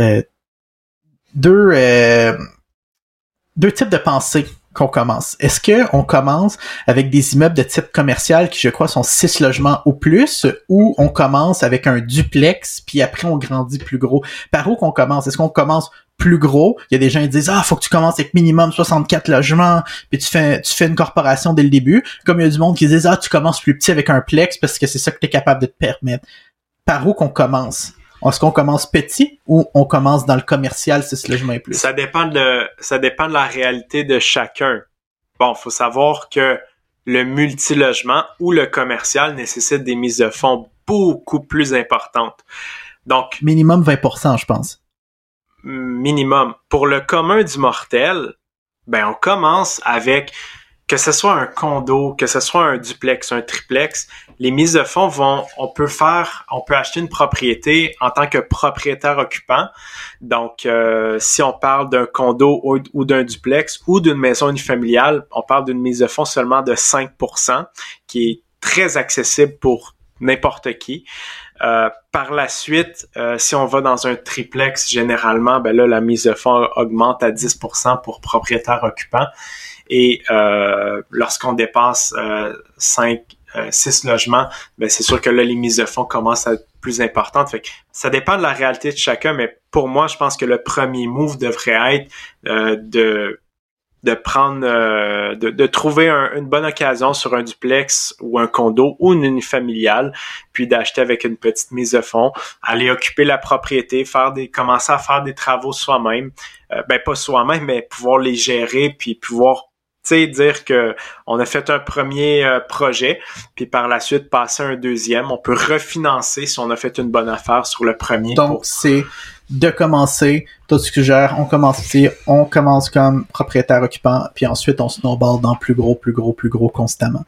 types de pensée qu'on commence. Est-ce que on commence avec des immeubles de type commercial qui, je crois, sont 6 logements ou plus, ou on commence avec un duplex, puis après on grandit plus gros? Par où qu'on commence? Est-ce qu'on commence plus gros? Il y a des gens qui disent faut que tu commences avec minimum 64 logements, puis tu fais une corporation dès le début. Comme il y a du monde qui disent tu commences plus petit avec un plex parce que c'est ça que tu es capable de te permettre. Par où qu'on commence? Est-ce qu'on commence petit ou on commence dans le commercial 6 logements et plus? Ça dépend de la réalité de chacun. bon, faut savoir que le multilogement ou le commercial nécessite des mises de fonds beaucoup plus importantes. Donc, minimum 20%, je pense. Minimum. Pour le commun du mortel, ben on commence avec, que ce soit un condo, que ce soit un duplex, un triplex, les mises de fonds on peut acheter une propriété en tant que propriétaire occupant. Donc, si on parle d'un condo ou d'un duplex ou d'une maison unifamiliale, on parle d'une mise de fonds seulement de 5%, qui est très accessible pour n'importe qui. Par la suite, si on va dans un triplex, généralement, ben là, la mise de fonds augmente à 10% pour propriétaire occupant. Et lorsqu'on dépasse 6 logements, ben c'est sûr que là, les mises de fonds commencent à être plus importantes. Fait que ça dépend de la réalité de chacun, mais pour moi, je pense que le premier move devrait être de trouver une bonne occasion sur un duplex ou un condo ou une unifamiliale, puis d'acheter avec une petite mise de fonds, aller occuper la propriété, commencer à faire des travaux soi-même, pas soi-même, mais pouvoir les gérer, puis pouvoir dire que on a fait un premier projet, puis par la suite passer à un deuxième. On peut refinancer si on a fait une bonne affaire sur le premier. Donc, c'est de commencer, toi tu suggères, on commence comme propriétaire occupant, puis ensuite on snowball dans plus gros constamment.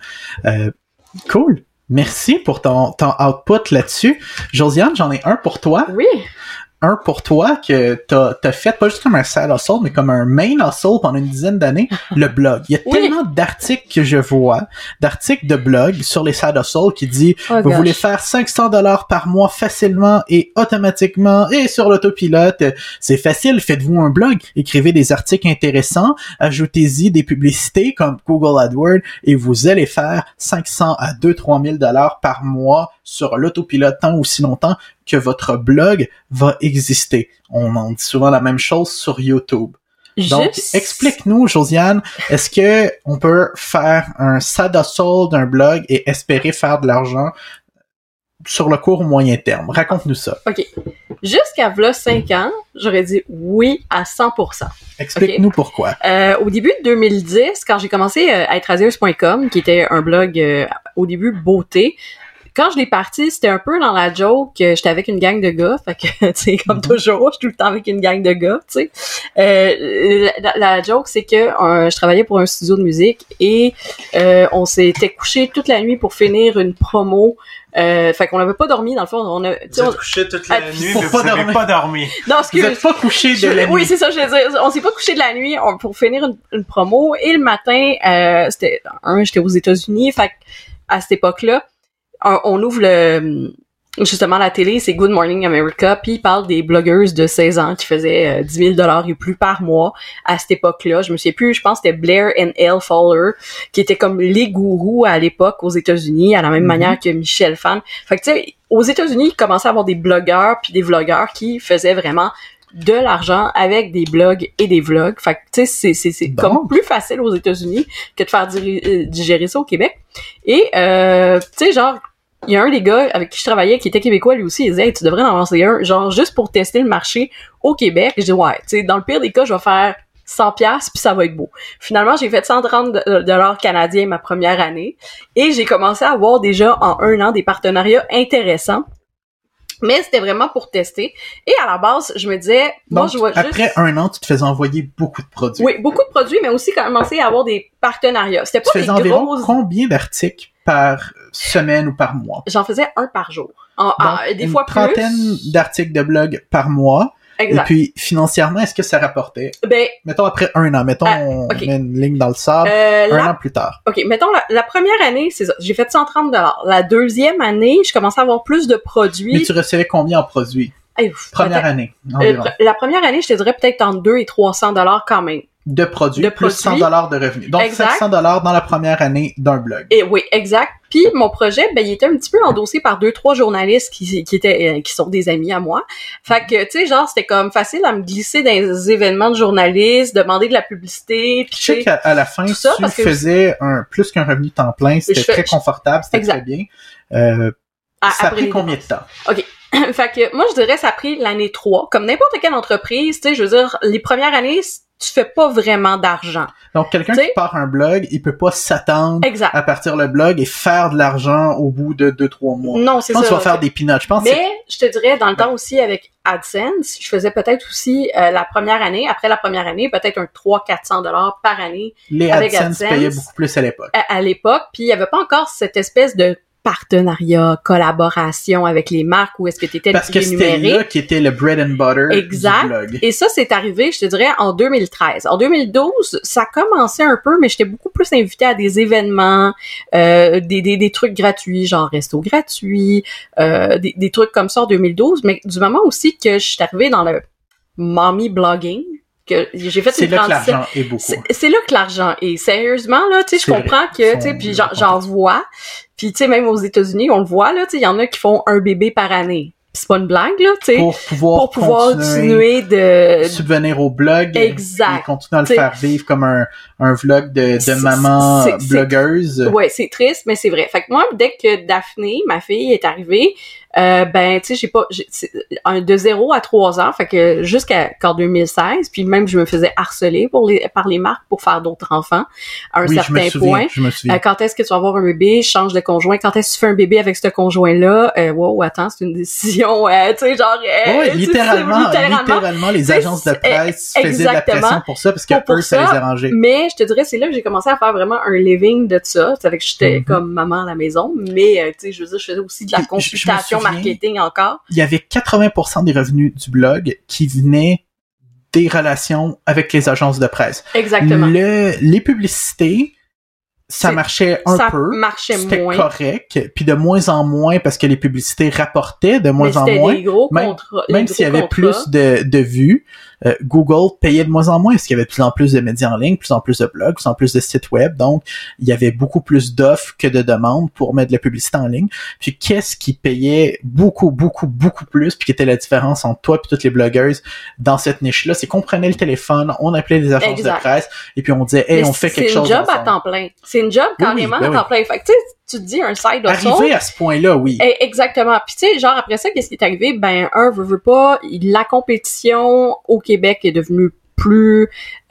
Cool. Merci pour ton output là-dessus. Josiane, j'en ai un pour toi. Oui. Un pour toi que t'as fait pas juste comme un side hustle, mais comme un main hustle pendant une dizaine d'années, le blog. Il y a tellement d'articles que je vois, d'articles de blog sur les side hustles qui dit vous voulez faire $500 par mois facilement et automatiquement et sur l'autopilote. C'est facile, faites-vous un blog, écrivez des articles intéressants, ajoutez-y des publicités comme Google AdWords et vous allez faire 500 à 2-3 000 $ par mois sur l'autopilote tant aussi longtemps que votre blog va exister. On en dit souvent la même chose sur YouTube. Donc, explique-nous, Josiane, est-ce que on peut faire un side hustle d'un blog et espérer faire de l'argent sur le court ou moyen terme? Raconte-nous ça. OK. Jusqu'à v'là 5 ans, j'aurais dit oui à 100%. Explique-nous pourquoi. Au début de 2010, quand j'ai commencé à être radieuse.com, qui était un blog au début beauté, quand je l'ai parti, c'était un peu dans la joke que j'étais avec une gang de gars, fait que, tu sais, comme toujours, je suis tout le temps avec une gang de gars, tu sais. La joke, c'est que je travaillais pour un studio de musique et on s'était couché toute la nuit pour finir une promo. Fait qu'on n'avait pas dormi, dans le fond. On s'est couché toute la nuit, mais vous n'avez pas dormi. Non, vous n'êtes pas couché de la nuit. Oui, c'est ça, je veux dire. On s'est pas couché de la nuit pour finir une promo. Et le matin, j'étais aux États-Unis, fait à cette époque-là, on ouvre justement la télé, c'est Good Morning America, puis il parle des blogueuses de 16 ans qui faisaient 10 000 $ et plus par mois à cette époque-là. Je me souviens plus, je pense que c'était Blair and Elle Fowler, qui étaient comme les gourous à l'époque aux États-Unis, à la même manière que Michel Phan. Fait que tu sais, aux États-Unis, il commençait à avoir des blogueurs puis des vlogueurs qui faisaient vraiment de l'argent avec des blogs et des vlogs. Fait que, tu sais, c'est bon. Comme plus facile aux États-Unis que de faire digérer ça au Québec. Et, tu sais, genre, il y a un des gars avec qui je travaillais qui était québécois lui aussi, il disait hey, tu devrais en lancer un, genre juste pour tester le marché au Québec. Je dis ouais, tu sais, dans le pire des cas, je vais faire 100$ puis ça va être beau. Finalement, j'ai fait 130 $ canadiens ma première année et j'ai commencé à avoir déjà en 1 an des partenariats intéressants. Mais c'était vraiment pour tester. Et à la base, je me disais... Donc, moi, après 1 an, tu te faisais envoyer beaucoup de produits. Oui, beaucoup de produits, mais aussi commencer à avoir des partenariats. C'était pas tu faisais environ combien d'articles par semaine ou par mois? J'en faisais 1 par jour. Des fois plus. Une trentaine d'articles de blog par mois. Exact. Et puis, financièrement, est-ce que ça rapportait? Mettons après 1 an. Mettons, on met une ligne dans le sable. 1 an plus tard. OK. Mettons, la première année, c'est ça. J'ai fait 130 $. La deuxième année, je commençais à avoir plus de produits. Mais tu recevais combien en produits? Première année, environ. La première année, je te dirais peut-être entre 200 et 300 $ quand même. De produits, plus 100 $ de revenus. Donc, exact. 500 $ dans la première année d'un blog. Et oui, exact. Puis, mon projet, il était un petit peu endossé par 2-3 journalistes qui sont des amis à moi. Fait que, tu sais, genre, c'était comme facile à me glisser dans les événements de journalistes, demander de la publicité. Je sais qu'à la fin, tu faisais plus qu'un revenu temps plein. C'était très confortable, c'était très bien. Ça a pris combien de temps? OK. Fait que moi, je dirais ça a pris l'année 3. Comme n'importe quelle entreprise, tu sais, je veux dire, les premières années, tu fais pas vraiment d'argent. Donc, quelqu'un qui part un blog, il peut pas s'attendre à partir le blog et faire de l'argent au bout de 2-3 mois. Non, c'est ça. Je pense que tu vas faire des peanuts. Mais, je te dirais, dans le temps aussi, avec AdSense, je faisais peut-être aussi la première année, après la première année, peut-être un 300-400 $ par année. Les avec AdSense payaient beaucoup plus à l'époque. À l'époque, puis il y avait pas encore cette espèce de partenariat, collaboration avec les marques où est-ce que tu étais parce que c'était là qui était le bread and butter du blog. Et ça, c'est arrivé, je te dirais, en 2013. En 2012, ça commençait un peu, mais j'étais beaucoup plus invitée à des événements, des trucs gratuits, genre resto gratuit, des trucs comme ça en 2012, mais du moment aussi que je suis arrivée dans le mommy blogging, que j'ai fait une transition. C'est là que l'argent est beaucoup. C'est là que l'argent est. Sérieusement, là, tu sais, je comprends que, tu sais, puis j'en vois. Puis, tu sais, même aux États-Unis, on le voit, là, tu sais, il y en a qui font un bébé par année. Pis c'est pas une blague, là, tu sais. Pour pouvoir continuer de subvenir au blog. Exact. Et continuer à le faire vivre comme un vlog de maman blogueuse. Ouais, c'est triste, mais c'est vrai. Fait que moi, dès que Daphné, ma fille, est arrivée, ben, tu sais, de 0 à 3 ans, fait que jusqu'en 2016, puis même je me faisais harceler par les marques pour faire d'autres enfants à un certain point. Je me souviens. Quand est-ce que tu vas avoir un bébé, change de conjoint, quand est-ce que tu fais un bébé avec ce conjoint-là, wow, attends, c'est une décision, tu sais, genre, littéralement, les agences de presse faisaient de la pression pour ça, parce que eux, ça les arrangeait. Mais, je te dirais, c'est là que j'ai commencé à faire vraiment un living de ça, c'est avec que j'étais comme maman à la maison, mais, tu sais, je veux dire, je faisais aussi de la consultation marketing encore. Il y avait 80% des revenus du blog qui venaient des relations avec les agences de presse. Exactement. Les publicités, ça marchait un peu. C'était moins. correct. Puis de moins en moins, parce que les publicités rapportaient de moins en moins. Des gros contrats. Même s'il y avait plus de vues, Google payait de moins en moins, parce qu'il y avait de plus en plus de médias en ligne, de plus en plus de blogs, de plus en plus de sites web. Donc, il y avait beaucoup plus d'offres que de demandes pour mettre de la publicité en ligne. Puis, qu'est-ce qui payait beaucoup plus, puis qui était la différence entre toi et toutes les blogueuses dans cette niche-là, c'est qu'on prenait le téléphone, on appelait les agences de presse, et puis on disait, hey, on fait quelque chose. C'est une job à temps plein. C'est une job carrément à temps plein. Fait que, tu te dis un side hustle. Arrivé à ce point-là, oui. Exactement. Puis tu sais, genre après ça, qu'est-ce qui est arrivé? Ben, veut pas, la compétition au Québec est devenue plus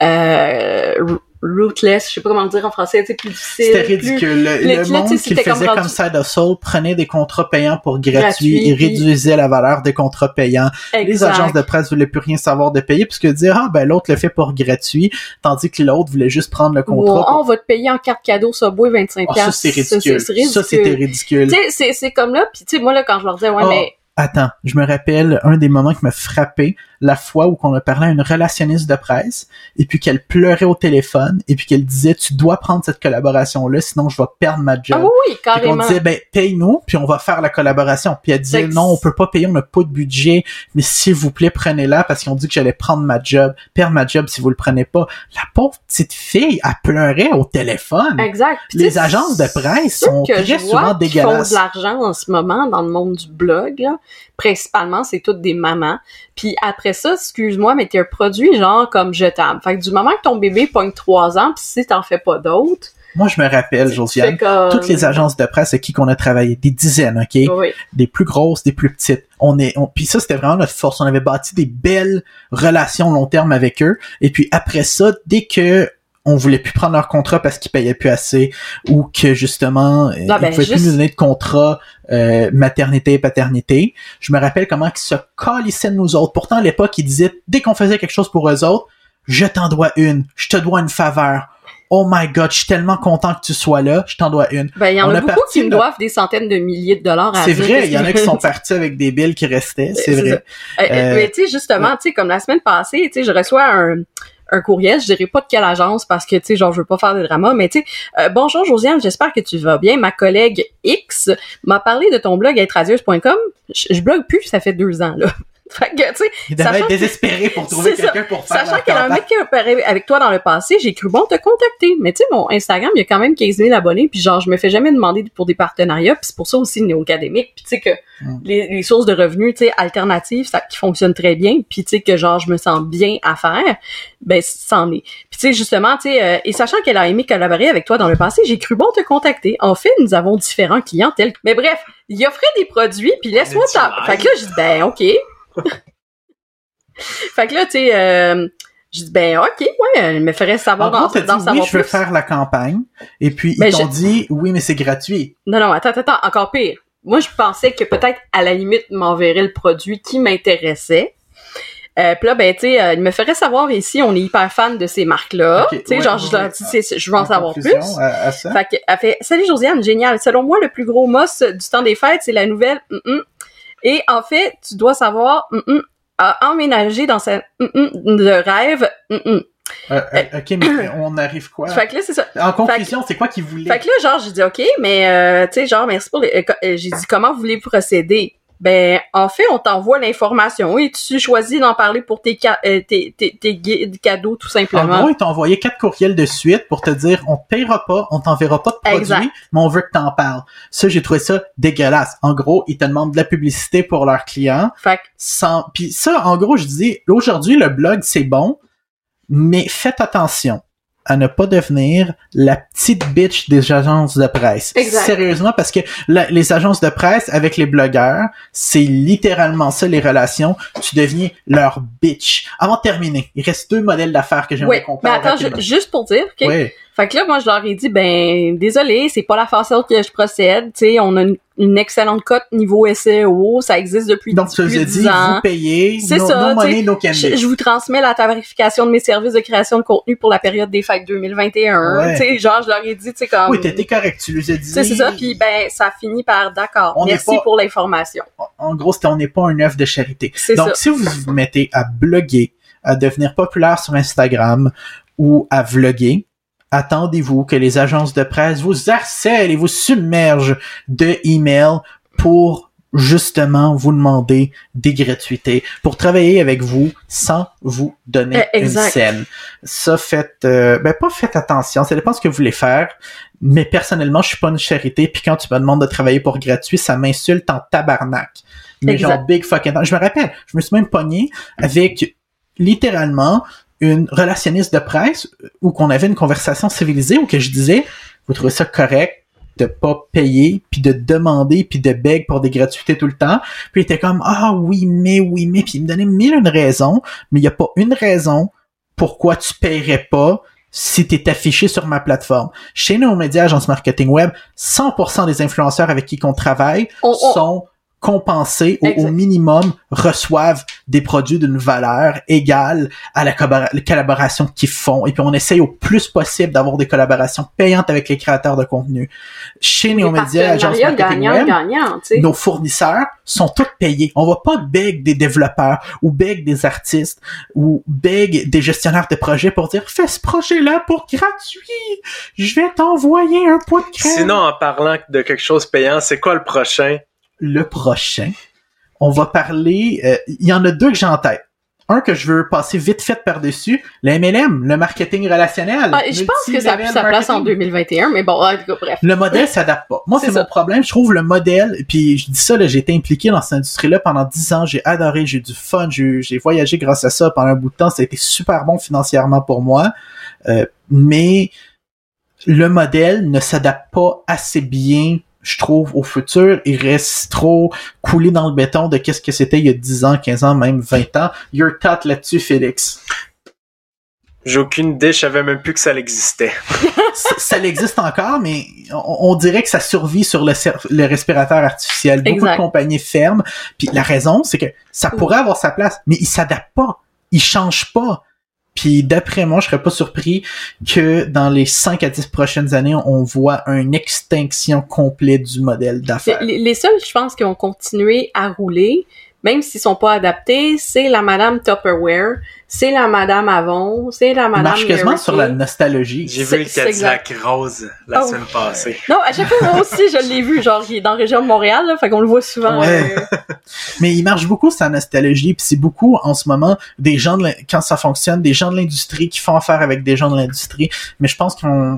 ruthless, je sais pas comment le dire en français, tu sais, plus difficile. C'était ridicule. Le monde qui le faisait comme side hustle prenait des contrats payants pour gratuits et réduisait la valeur des contrats payants. Exact. Les agences de presse voulaient plus rien savoir de payer puisque dire, l'autre le fait pour gratuit, tandis que l'autre voulait juste prendre le contrat. On va te payer en carte cadeau Subway 25$. Ça, c'est ridicule. Ça, c'était ridicule. Tu sais, c'est comme là, puis tu sais, moi, là, quand je leur disais, mais... Attends, je me rappelle un des moments qui m'a frappé, la fois où on a parlé à une relationniste de presse, et puis qu'elle pleurait au téléphone, et puis qu'elle disait, tu dois prendre cette collaboration-là, sinon je vais perdre ma job. Ah oui, carrément. Et qu'on disait, paye-nous, puis on va faire la collaboration. Puis elle disait, non, on peut pas payer, on n'a pas de budget, mais s'il vous plaît, prenez-la, parce qu'ils ont dit que j'allais perdre ma job si vous le prenez pas. La pauvre petite fille, elle pleurait au téléphone. Exact. Puis les agences de presse sont très souvent dégueulasses. Qui font de l'argent en ce moment dans le monde du blog, là. Principalement, c'est toutes des mamans. Puis après ça, excuse-moi, mais t'es un produit genre comme jetable. Fait que du moment que ton bébé pogne 3 ans, pis si t'en fais pas d'autres... Moi, je me rappelle, Josiane, toutes les agences de presse avec qui qu'on a travaillé, des dizaines, OK? Oui. Des plus grosses, des plus petites. Puis ça, c'était vraiment notre force. On avait bâti des belles relations long terme avec eux. Et puis après ça, dès que on voulait plus prendre leur contrat parce qu'ils payaient plus assez ou que justement ils pouvaient plus nous donner de contrat maternité et paternité. Je me rappelle comment ils se calissaient de nous autres. Pourtant à l'époque ils disaient dès qu'on faisait quelque chose pour eux autres, je t'en dois une, je te dois une faveur. Oh my God, je suis tellement content que tu sois là, je t'en dois une. Ben, il y en a beaucoup qui me doivent des centaines de milliers de dollars à C'est vrai, il y en a qui sont partis avec des billes qui restaient, c'est vrai. Mais tu sais, justement, tu sais, comme la semaine passée, tu sais, je reçois un courriel, je dirais pas de quelle agence parce que tu sais genre je veux pas faire de drama, mais tu sais bonjour Josiane, j'espère que tu vas bien. Ma collègue X m'a parlé de ton blog êtradieuse.com. Je blogue plus, ça fait 2 ans là. Fait que, tu sais, il devait être désespéré pour trouver quelqu'un pour faire sachant qu'il y a un mec qui a opéré avec toi dans le passé, j'ai cru bon te contacter. Mais tu sais, mon Instagram, il y a quand même 15 000 abonnés, puis genre, je me fais jamais demander pour des partenariats, puis c'est pour ça aussi néo-académique, puis tu sais que les sources de revenus, tu sais, alternatives, ça qui fonctionnent très bien, puis tu sais que genre, je me sens bien à faire, ben, c'en est. Puis tu sais, justement, tu sais, et sachant qu'elle a aimé collaborer avec toi dans le passé, j'ai cru bon te contacter. En fait, nous avons différents clients tels. Mais bref, il offrait des produits, puis laisse-moi Fait que là, j'ai dit, ben, OK. Fait que là, tu sais, Je dis, ben, OK, ouais, elle me ferait savoir d'en savoir plus. Oui, je veux faire la campagne. Et puis, ils t'ont dit, oui, mais c'est gratuit. Non, attends, encore pire. Moi, je pensais que peut-être, à la limite, m'enverrait le produit qui m'intéressait. Puis là, ben, tu sais, il me ferait savoir ici, on est hyper fan de ces marques-là. Okay, tu sais, genre, je leur dis, je veux en savoir plus. À ça. Fait qu'elle fait, salut Josiane, génial. Selon moi, le plus gros moss du temps des fêtes, c'est la nouvelle, Et en fait, tu dois savoir, à emménager dans sa, de rêve, OK, mais on arrive quoi? Fait que là, c'est ça. En conclusion, c'est quoi qu'ils voulaient? Fait que là, genre, j'ai dit, OK, mais, tu sais, genre, merci pour j'ai dit, comment vous voulez procéder? Ben, en fait, on t'envoie l'information et tu choisis d'en parler pour tes cadeaux, tout simplement. En gros, ils t'ont envoyé 4 courriels de suite pour te dire, on te payera pas, on t'enverra pas de produits, mais on veut que t'en parles. Ça, j'ai trouvé ça dégueulasse. En gros, ils te demandent de la publicité pour leurs clients. Puis ça, en gros, je dis, aujourd'hui, le blog, c'est bon, mais faites attention à ne pas devenir la petite bitch des agences de presse. Exact. Sérieusement, parce que les agences de presse avec les blogueurs, c'est littéralement ça, les relations. Tu deviens leur bitch. Avant de terminer, il reste 2 modèles d'affaires que j'aimerais qu'on parle. Mais attends, juste pour dire, OK? Oui. Fait que là, moi, je leur ai dit, ben, désolé, c'est pas la façon que je procède. Tu sais, on a une excellente cote niveau SEO. Ça existe depuis 10 ans. Donc, je vous ai dit, vous payez. C'est ça. No money, no candy. Je vous transmets la tarification de mes services de création de contenu pour la période des fêtes 2021. Ouais. Tu sais, genre, je leur ai dit, tu sais, comme... Oui, t'étais correct, tu les as dit. C'est ça. Puis, ben, ça finit par, d'accord. Merci pour l'information. En gros, on n'est pas un œuvre de charité. Donc, si vous vous mettez à bloguer, à devenir populaire sur Instagram ou à vlogger, attendez-vous que les agences de presse vous harcèlent et vous submergent de emails pour justement vous demander des gratuités, pour travailler avec vous sans vous donner une scène. Ça, pas faites attention, ça dépend ce que vous voulez faire, mais personnellement, je suis pas une charité, puis quand tu me demandes de travailler pour gratuit, ça m'insulte en tabarnak. Mais genre big fucking... Je me rappelle, je me suis même pogné avec littéralement une relationniste de presse où qu'on avait une conversation civilisée où que je disais, vous trouvez ça correct de pas payer puis de demander puis de beg pour des gratuités tout le temps, puis il était comme oui mais puis il me donnait 1000 raisons, mais il y a pas une raison pourquoi tu paierais pas si t'es affiché sur ma plateforme. Chez Néo Média Agence Marketing Web, 100% des influenceurs avec qui qu'on travaille sont compensés au minimum, reçoivent des produits d'une valeur égale à la collaboration qu'ils font. Et puis, on essaye au plus possible d'avoir des collaborations payantes avec les créateurs de contenu. Chez Néo Média, Agence Marketing Web, nos fournisseurs sont tous payés. On va pas beg des développeurs ou beg des artistes ou beg des gestionnaires de projets pour dire « Fais ce projet-là pour gratuit! Je vais t'envoyer un pot de crème! » Sinon, en parlant de quelque chose payant, c'est quoi le prochain? Le prochain, on va parler... il y en a 2 que j'ai en tête. Un que je veux passer vite fait par-dessus, le MLM, le marketing relationnel. Je pense que ça a plus sa place en 2021, mais bon, en tout cas, bref. Le modèle s'adapte pas. Moi, c'est mon problème. Je trouve le modèle, puis je dis ça, là, j'ai été impliqué dans cette industrie-là pendant 10 ans. J'ai adoré, j'ai eu du fun, j'ai voyagé grâce à ça pendant un bout de temps. Ça a été super bon financièrement pour moi. Mais le modèle ne s'adapte pas assez bien, je trouve, au futur. Il reste trop coulé dans le béton de qu'est-ce que c'était il y a 10 ans, 15 ans, même 20 ans. Your thought là-dessus, Félix? J'ai aucune idée, je savais même plus que ça existait. Ça existe encore, mais on dirait que ça survit sur le respirateur artificiel. Beaucoup de compagnies ferment. Puis la raison, c'est que ça pourrait avoir sa place, mais il s'adapte pas. Il change pas. Puis d'après moi, je serais pas surpris que dans les 5 à 10 prochaines années, on voit une extinction complète du modèle d'affaires. Les seuls, je pense, qui ont continué à rouler, même s'ils sont pas adaptés, c'est la Madame Tupperware, c'est la Madame Avon, c'est la Madame... Il marche quasiment sur la nostalgie. J'ai vu le Cadillac rose la semaine passée. Non, à chaque fois, moi aussi, je l'ai vu. Genre, il est dans la région de Montréal, là, fait qu'on le voit souvent. Ouais. Mais il marche beaucoup sur la nostalgie, puis c'est beaucoup, en ce moment, des gens, quand ça fonctionne, des gens de l'industrie qui font affaire avec des gens de l'industrie. Mais je pense qu'ils ont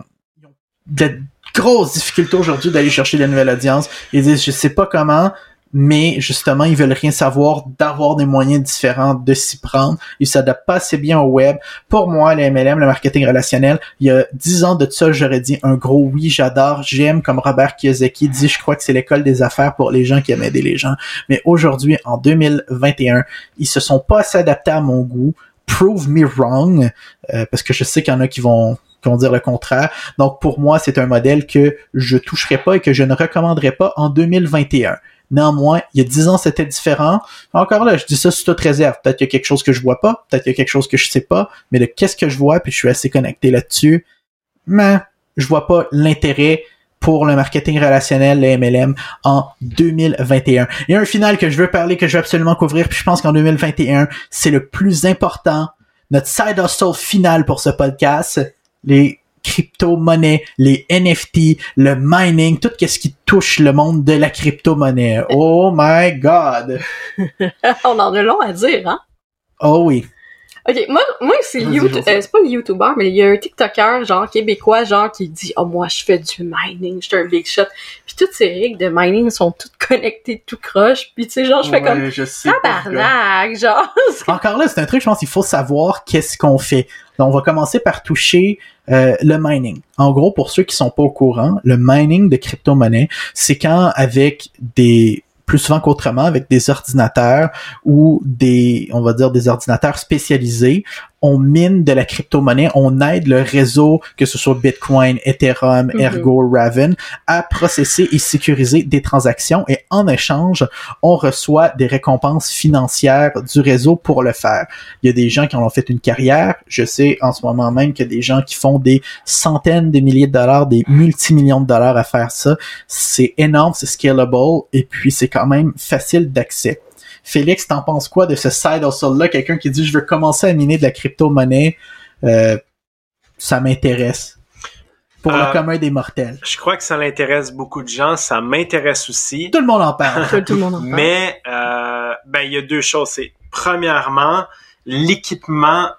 de grosses difficultés aujourd'hui d'aller chercher de la nouvelle audience. Ils disent, je sais pas comment... mais justement, ils veulent rien savoir d'avoir des moyens différents de s'y prendre. Ils s'adaptent pas assez bien au web. Pour moi, le MLM, le marketing relationnel, il y a 10 ans de ça, j'aurais dit un gros oui, j'adore, j'aime, comme Robert Kiyosaki dit, je crois que c'est l'école des affaires pour les gens qui aiment aider les gens. Mais aujourd'hui, en 2021, ils se sont pas assez adaptés à mon goût prove me wrong, parce que je sais qu'il y en a qui vont dire le contraire. Donc, pour moi, c'est un modèle que je toucherai pas et que je ne recommanderais pas en 2021. Néanmoins, il y a 10 ans, c'était différent. Encore là, je dis ça sous toute réserve. Peut-être qu'il y a quelque chose que je vois pas, peut-être qu'il y a quelque chose que je sais pas, mais de qu'est-ce que je vois, puis je suis assez connecté là-dessus, mais je vois pas l'intérêt pour le marketing relationnel, le MLM, en 2021. Il y a un final que je veux parler, que je veux absolument couvrir, puis je pense qu'en 2021, c'est le plus important. Notre side hustle final pour ce podcast, les crypto-monnaies, les NFT, le mining, tout ce qui touche le monde de la crypto-monnaie. Oh my God! On en a long à dire, hein? Oh oui. Ok, moi c'est c'est pas le YouTuber, mais il y a un TikToker, genre, québécois, genre, qui dit, oh, moi, je fais du mining, je suis un big shot. Puis toutes ces règles de mining sont toutes connectées, tout croche. Puis tu sais, genre, je fais comme, tabarnak, genre. Encore là, c'est un truc, je pense qu'il faut savoir qu'est-ce qu'on fait. Donc, on va commencer par toucher le mining. En gros, pour ceux qui sont pas au courant, le mining de crypto-monnaie, c'est quand avec plus souvent qu'autrement, avec des ordinateurs ou on va dire des ordinateurs spécialisés, on mine de la crypto-monnaie, on aide le réseau, que ce soit Bitcoin, Ethereum, Ergo, Raven, à processer et sécuriser des transactions et en échange, on reçoit des récompenses financières du réseau pour le faire. Il y a des gens qui en ont fait une carrière. Je sais en ce moment même qu'il y a des gens qui font des centaines de milliers de dollars, des multimillions de dollars à faire ça. C'est énorme, c'est scalable et puis c'est quand même facile d'accès. Félix, t'en penses quoi de ce side hustle-là? Quelqu'un qui dit « Je veux commencer à miner de la crypto-monnaie, ça m'intéresse. » Pour le commun des mortels. Je crois que ça l'intéresse beaucoup de gens. Ça m'intéresse aussi. Tout le monde en parle. Tout le monde en parle. Mais il y a deux choses. C'est premièrement, l'équipement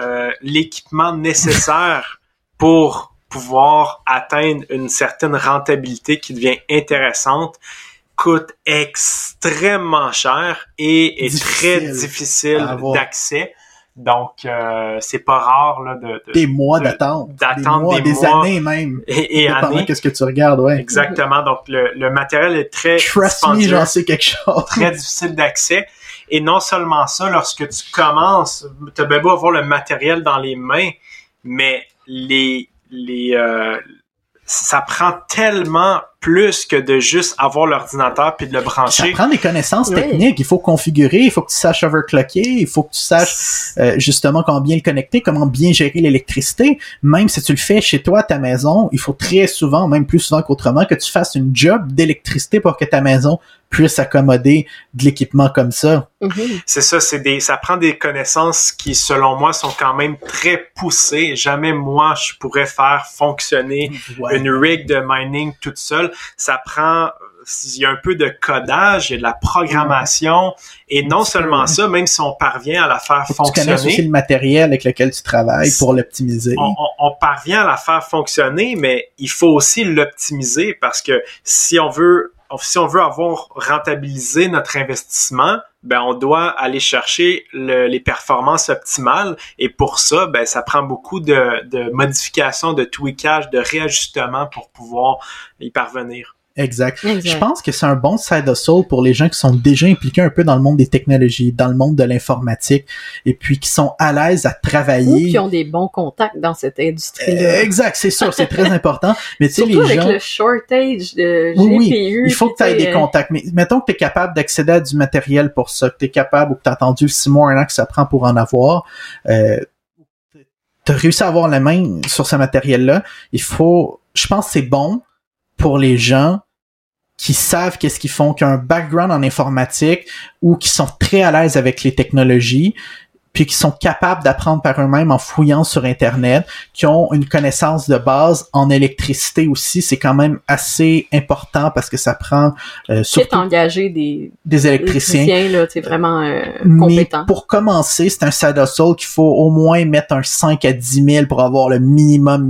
nécessaire pour pouvoir atteindre une certaine rentabilité qui devient intéressante coûte extrêmement cher et est très difficile d'accès. Donc, c'est pas rare là des mois d'attente. Des années même. Et années. Qu'est-ce que tu regardes, ouais. Exactement. Donc, le matériel est très Trust me, j'en sais quelque chose. Très difficile d'accès. Et non seulement ça, lorsque tu commences, t'as bien beau avoir le matériel dans les mains, mais ça prend tellement plus que de juste avoir l'ordinateur puis de le brancher. Ça prend des connaissances techniques. Il faut configurer, il faut que tu saches overclocker, il faut que tu saches justement comment bien le connecter, comment bien gérer l'électricité. Même si tu le fais chez toi à ta maison, il faut très souvent, même plus souvent qu'autrement, que tu fasses une job d'électricité pour que ta maison puisse accommoder de l'équipement comme ça. Mm-hmm. C'est ça, ça prend des connaissances qui, selon moi, sont quand même très poussées. Jamais moi, je pourrais faire fonctionner une rig de mining toute seule. Ça prend, il y a un peu de codage, il y a de la programmation, et non seulement ça, même si on parvient à la faire fonctionner. Tu connais aussi le matériel avec lequel tu travailles pour l'optimiser. On parvient à la faire fonctionner, mais il faut aussi l'optimiser parce que si on veut avoir rentabilisé notre investissement, ben on doit aller chercher les performances optimales et pour ça, ben ça prend beaucoup de modifications, de tweakage, de réajustements pour pouvoir y parvenir. Exact. Je pense que c'est un bon side hustle pour les gens qui sont déjà impliqués un peu dans le monde des technologies, dans le monde de l'informatique, et puis qui sont à l'aise à travailler. Ou qui ont des bons contacts dans cette industrie-là. Exact, c'est sûr, c'est très important. Mais tu sais, les gens... Surtout avec le shortage de GPU. Oui, il faut que tu aies des contacts. Mais mettons que tu es capable d'accéder à du matériel pour ça, que tu es capable ou que tu as attendu 6 mois, 1 an que ça prend pour en avoir. Tu as réussi à avoir la main sur ce matériel-là. Je pense que c'est bon pour les gens qui savent qu'est-ce qu'ils font, qui ont un background en informatique ou qui sont très à l'aise avec les technologies, puis qui sont capables d'apprendre par eux-mêmes en fouillant sur Internet, qui ont une connaissance de base en électricité aussi. C'est quand même assez important parce que ça prend surtout engager des électriciens là, c'est vraiment compétent. Mais pour commencer, c'est un side hustle qu'il faut au moins mettre un 5 à 10 000 pour avoir le minimum.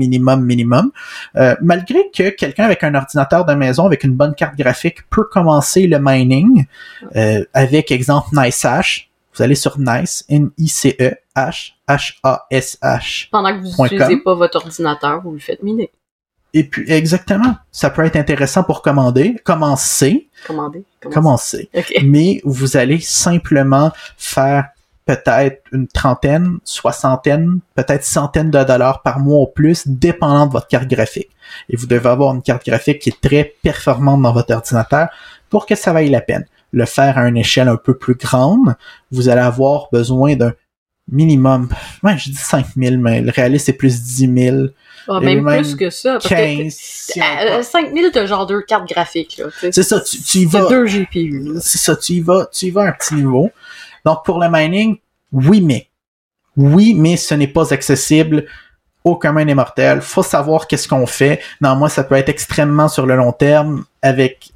Malgré que quelqu'un avec un ordinateur de maison, avec une bonne carte graphique, peut commencer le mining avec, exemple, NiceHash. Vous allez sur Nice, NICEHASH. Pendant que vous n'utilisez pas votre ordinateur, vous le faites miner. Et puis, exactement. Ça peut être intéressant pour commencer. Okay. Mais vous allez simplement faire peut-être une trentaine, soixantaine, peut-être centaine de dollars par mois ou plus, dépendant de votre carte graphique. Et vous devez avoir une carte graphique qui est très performante dans votre ordinateur pour que ça vaille la peine. Le faire à une échelle un peu plus grande, vous allez avoir besoin d'un minimum, je dis 5 000, mais le réaliste c'est plus 10 000. Oh, même plus que ça. Parce 15, que 5 000, t'as genre 2 cartes graphiques, là. C'est ça, tu y vas. C'est 2 GPU. Là. C'est ça, tu y vas à un petit niveau. Donc, pour le mining, oui, mais ce n'est pas accessible au commun des mortels. Faut savoir qu'est-ce qu'on fait. Non, moi, ça peut être extrêmement sur le long terme avec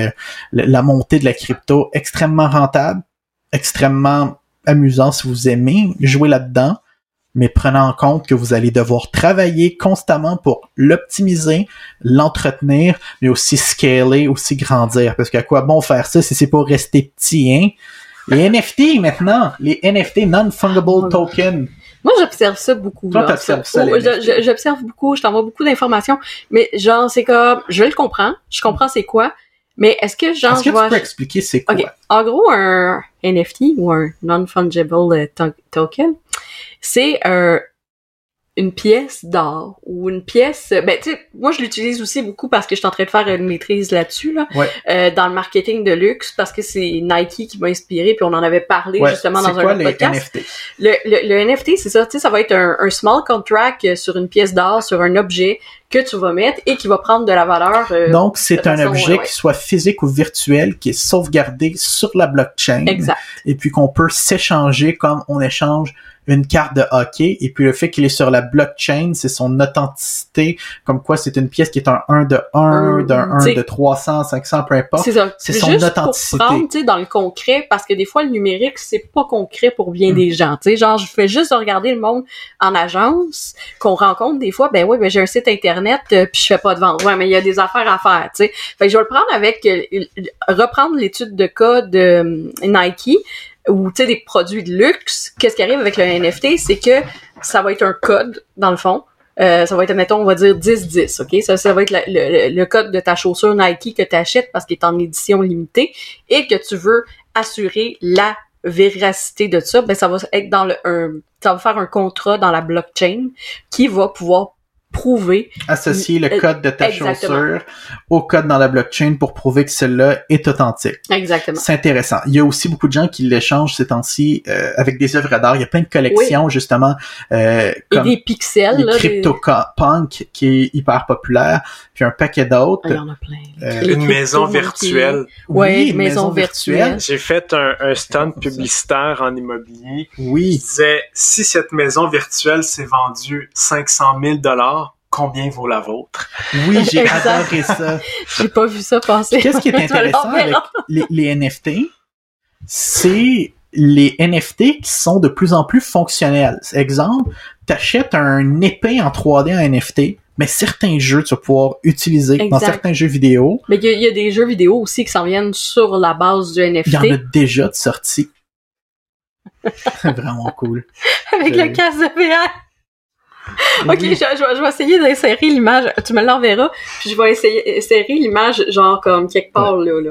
la montée de la crypto, extrêmement rentable, extrêmement amusant si vous aimez jouer là-dedans, mais prenez en compte que vous allez devoir travailler constamment pour l'optimiser, l'entretenir, mais aussi scaler, aussi grandir. Parce qu'à quoi bon faire ça si c'est pour rester petit, hein? Les NFT maintenant, les NFT non-fungible tokens. Moi, j'observe ça beaucoup. Toi, t'observes ça, j'observe beaucoup, je t'envoie beaucoup d'informations, mais genre, c'est comme, je le comprends, je comprends c'est quoi, mais est-ce que genre... Est-ce que tu peux expliquer c'est quoi? Okay. En gros, un NFT ou un non-fungible token, c'est une pièce d'art ou une pièce... Ben, tu sais, moi, je l'utilise aussi beaucoup parce que je suis en train de faire une maîtrise là-dessus, là, dans le marketing de luxe, parce que c'est Nike qui m'a inspiré, puis on en avait parlé justement dans un autre podcast. NFT? Le NFT, c'est ça, tu sais, ça va être un small contract sur une pièce d'art, sur un objet que tu vas mettre et qui va prendre de la valeur. Donc, c'est un objet qui soit physique ou virtuel, qui est sauvegardé sur la blockchain. Exact. Et puis qu'on peut s'échanger comme on échange une carte de hockey, et puis le fait qu'il est sur la blockchain, c'est son authenticité, comme quoi c'est une pièce qui est un 1 de 1, d'un 1 de 300, 500, peu importe. C'est ça. C'est son juste authenticité. Pour prendre, tu sais, dans le concret, parce que des fois, le numérique, c'est pas concret pour bien des gens, tu sais. Genre, je fais juste regarder le monde en agence, qu'on rencontre des fois, ben j'ai un site internet, puis je fais pas de vente. Ouais, mais il y a des affaires à faire, tu sais. Fait que je vais le prendre avec, reprendre l'étude de cas de Nike, ou tu sais des produits de luxe. Qu'est-ce qui arrive avec le NFT, c'est que ça va être un code dans le fond. Ça va être, mettons, on va dire 10-10, ok? Ça va être le code de ta chaussure Nike que tu achètes parce qu'il est en édition limitée et que tu veux assurer la véracité de ça. Ben ça va être ça va faire un contrat dans la blockchain qui va pouvoir prouver... Associer le code de ta chaussure au code dans la blockchain pour prouver que celle-là est authentique. Exactement. C'est intéressant. Il y a aussi beaucoup de gens qui l'échangent ces temps-ci avec des œuvres d'art. Il y a plein de collections, justement. Comme et des pixels. Les CryptoPunk, qui est hyper populaire. Puis un paquet d'autres. Il y en a plein. Une maison virtuelle. Oui, une maison virtuelle. J'ai fait un stand publicitaire en immobilier. Oui. Qui disait, si cette maison virtuelle s'est vendue 500 000 $, combien vaut la vôtre? Oui, j'ai adoré ça. J'ai pas vu ça passer. Qu'est-ce qui est intéressant avec les NFT? C'est les NFT qui sont de plus en plus fonctionnels. Exemple, t'achètes un épée en 3D en NFT, mais certains jeux, tu vas pouvoir utiliser dans certains jeux vidéo. Mais il y a des jeux vidéo aussi qui s'en viennent sur la base du NFT. Il y en a déjà de sortis. Vraiment cool. Avec le casque de VR. Ok, oui. je vais essayer d'insérer l'image. Tu me l'enverras, puis je vais essayer insérer l'image genre comme quelque part là.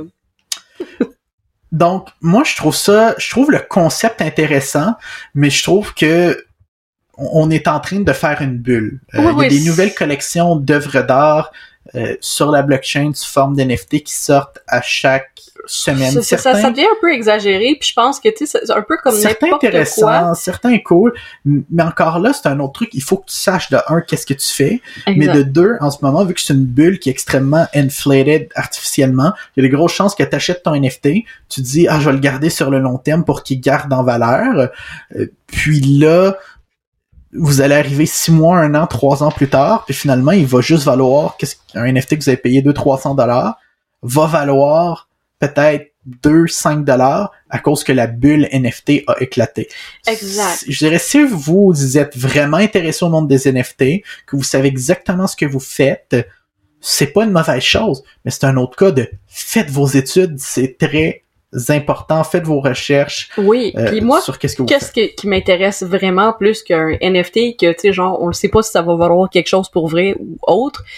Donc, moi, je trouve le concept intéressant, mais je trouve que on est en train de faire une bulle. Il y a des nouvelles collections d'œuvres d'art sur la blockchain sous forme d'NFT qui sortent à chaque semaine. Ça devient un peu exagéré, puis je pense que tu sais, c'est un peu comme certains n'importe intéressants, quoi. Certains cool, mais encore là, c'est un autre truc. Il faut que tu saches de un, qu'est-ce que tu fais, exact. Mais de deux, en ce moment, vu que c'est une bulle qui est extrêmement inflated artificiellement, il y a des grosses chances que tu achètes ton NFT, tu te dis, je vais le garder sur le long terme pour qu'il garde en valeur, puis là, vous allez arriver 6 mois, 1 an, 3 ans plus tard, puis finalement, il va juste valoir, un NFT que vous avez payé 200-300 $, va valoir peut-être 2-5 $ à cause que la bulle NFT a éclaté. Exact. Je dirais, si vous êtes vraiment intéressé au monde des NFT, que vous savez exactement ce que vous faites, c'est pas une mauvaise chose, mais c'est un autre cas de faites vos études, c'est très important, faites vos recherches. Oui, puis moi, sur qu'est-ce qui m'intéresse vraiment plus qu'un NFT, que tu sais, genre, on ne sait pas si ça va valoir quelque chose pour vrai ou autre.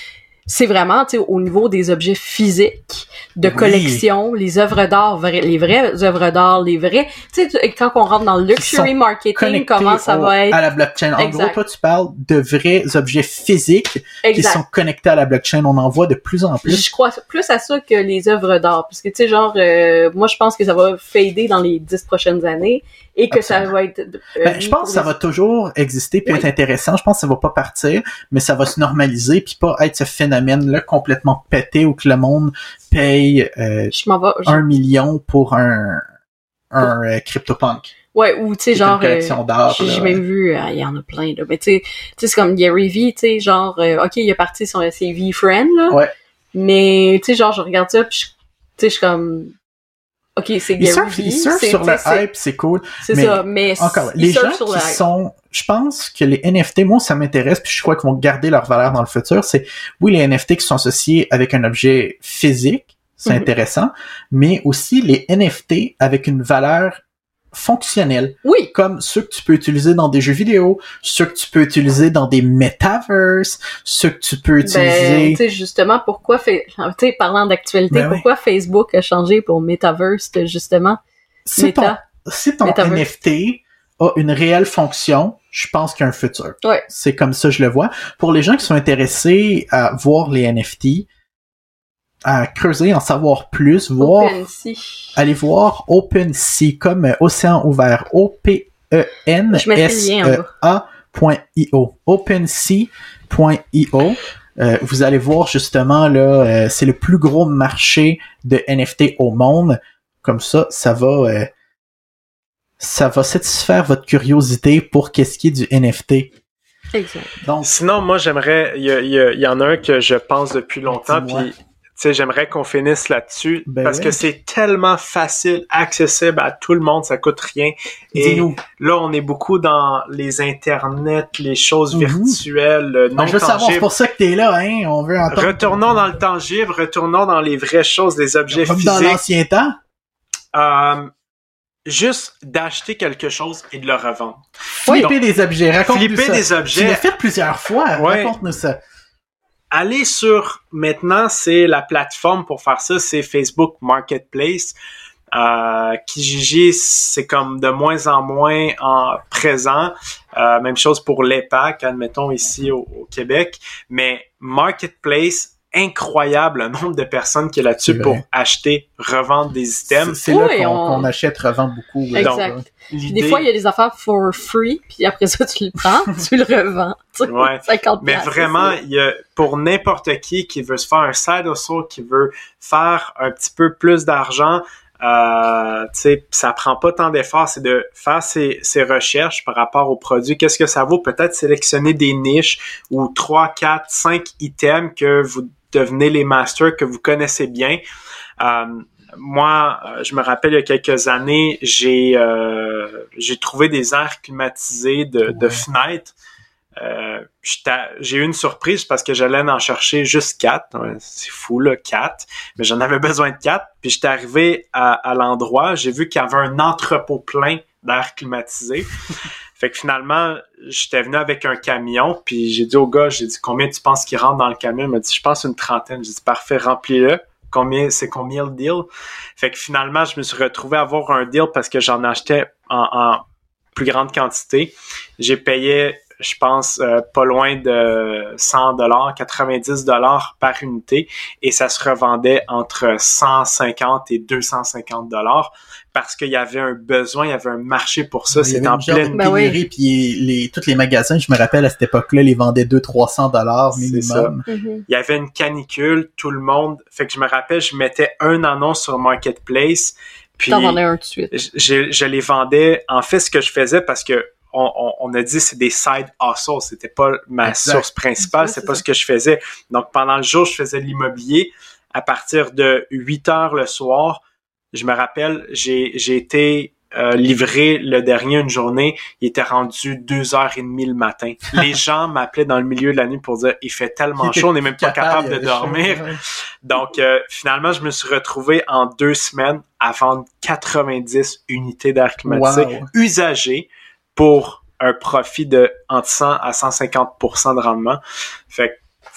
c'est vraiment, tu sais, au niveau des objets physiques de collection, les œuvres d'art, les vraies œuvres d'art, les vrais, tu sais, quand on rentre dans le luxury marketing, comment ça va être... à la blockchain. En gros, toi, tu parles de vrais objets physiques qui sont connectés à la blockchain. On en voit de plus en plus. Je crois plus à ça que les œuvres d'art. Parce que, tu sais, genre, moi, je pense que ça va fader dans les 10 prochaines années et que ça va être... je pense que ça va toujours exister puis être intéressant. Je pense que ça va pas partir, mais ça va se normaliser puis pas être ce phénomène-là complètement pété où que le monde paye 1 million pour un CryptoPunk. Ouais, ou tu sais, genre, collection d'art, j'ai même vu, il y en a plein, là, mais tu sais, c'est comme Gary V, tu sais, genre, ok, il a parti ses V-Friends, là, mais tu sais, genre, je regarde ça, pis tu sais, je suis comme, ok, c'est Gary V. Il surfe sur le hype, c'est cool. C'est ça, mais encore, les gens qui sont, je pense que les NFT, moi, ça m'intéresse, puis je crois qu'ils vont garder leur valeur dans le futur, c'est, oui, les NFT qui sont associés avec un objet physique, c'est intéressant, mais aussi les NFT avec une valeur fonctionnelle. Oui. Comme ceux que tu peux utiliser dans des jeux vidéo, ceux que tu peux utiliser dans des metaverses, ceux que tu peux utiliser... tu sais, justement, pourquoi, tu sais, parlant d'actualité, pourquoi Facebook a changé pour Metaverse, justement? Si ton NFT a une réelle fonction, je pense qu'il y a un futur. Ouais. C'est comme ça, je le vois. Pour les gens qui sont intéressés à voir les NFT, à creuser, en savoir plus, aller voir OpenSea comme Océan Ouvert, OpenSea.io, OpenSea.io. Vous allez voir justement là, c'est le plus gros marché de NFT au monde. Comme ça va satisfaire votre curiosité pour qu'est-ce qui est du NFT. Exact. Donc, sinon, moi j'aimerais, il y en a un que je pense depuis longtemps, puis tu sais, j'aimerais qu'on finisse là-dessus parce que c'est tellement facile, accessible à tout le monde, ça coûte rien. Et là, on est beaucoup dans les internets, les choses virtuelles, non je veux savoir, c'est pour ça que t'es là, hein. On veut entendre. Retournons dans le tangible, retournons dans les vraies choses, les objets physiques. Dans l'ancien temps? Juste d'acheter quelque chose et de le revendre. Flipper des objets, raconte-nous ça. Flipper des objets. Tu l'as fait plusieurs fois, raconte-nous ça. Allez sur, maintenant, c'est la plateforme pour faire ça, c'est Facebook Marketplace. Kijiji, c'est comme de moins en moins en présent. Même chose pour l'EPAC, admettons, ici au Québec. Mais Marketplace, incroyable le nombre de personnes qui est là-dessus pour acheter, revendre des items. C'est là qu'on achète, revend beaucoup. Exact. Donc, des fois, il y a des affaires for free, puis après ça, tu le prends, tu le revends. Ouais. 50$. Mais vraiment, il y a, pour n'importe qui veut se faire un side hustle, qui veut faire un petit peu plus d'argent, tu sais, ça prend pas tant d'efforts, c'est de faire ses recherches par rapport aux produits. Qu'est-ce que ça vaut? Peut-être sélectionner des niches ou 3, 4, 5 items que vous devenez les masters, que vous connaissez bien. Moi, je me rappelle il y a quelques années, j'ai trouvé des aires climatisées de fenêtres. J'ai eu une surprise parce que j'allais en chercher juste 4. C'est fou, là, 4. Mais j'en avais besoin de 4. Puis j'étais arrivé à l'endroit, j'ai vu qu'il y avait un entrepôt plein d'air climatisé. Fait que finalement, j'étais venu avec un camion, puis j'ai dit au gars, combien tu penses qu'il rentre dans le camion? Il m'a dit, je pense une trentaine. J'ai dit, parfait, remplis-le. C'est combien le deal? Fait que finalement, je me suis retrouvé à avoir un deal parce que j'en achetais en plus grande quantité. J'ai payé, je pense, pas loin de $100, $90 par unité, et ça se revendait entre 150 et 250 $ parce qu'il y avait un besoin, il y avait un marché pour ça. C'était en pleine pénurie, puis tous les magasins, je me rappelle à cette époque-là, les vendaient 200-300 $ minimum. Il y avait une canicule, tout le monde. Fait que je me rappelle, je mettais un annonce sur Marketplace, puis t'en vendais un tout de suite. Je les vendais. En fait, ce que je faisais, parce que on a dit c'est des side hustles, c'était pas ma source principale, c'est pas ce que je faisais. Donc pendant le jour, je faisais de l'immobilier. À partir de 8h le soir, je me rappelle, j'ai été livré le dernier une journée, il était rendu 2h30 le matin. Les gens m'appelaient dans le milieu de la nuit pour dire il fait tellement chaud, on n'est même pas capable de dormir. Donc finalement, je me suis retrouvé en 2 semaines à vendre 90 unités d'air climatisé usagées pour un profit de entre 100 à 150% de rendement. Fait que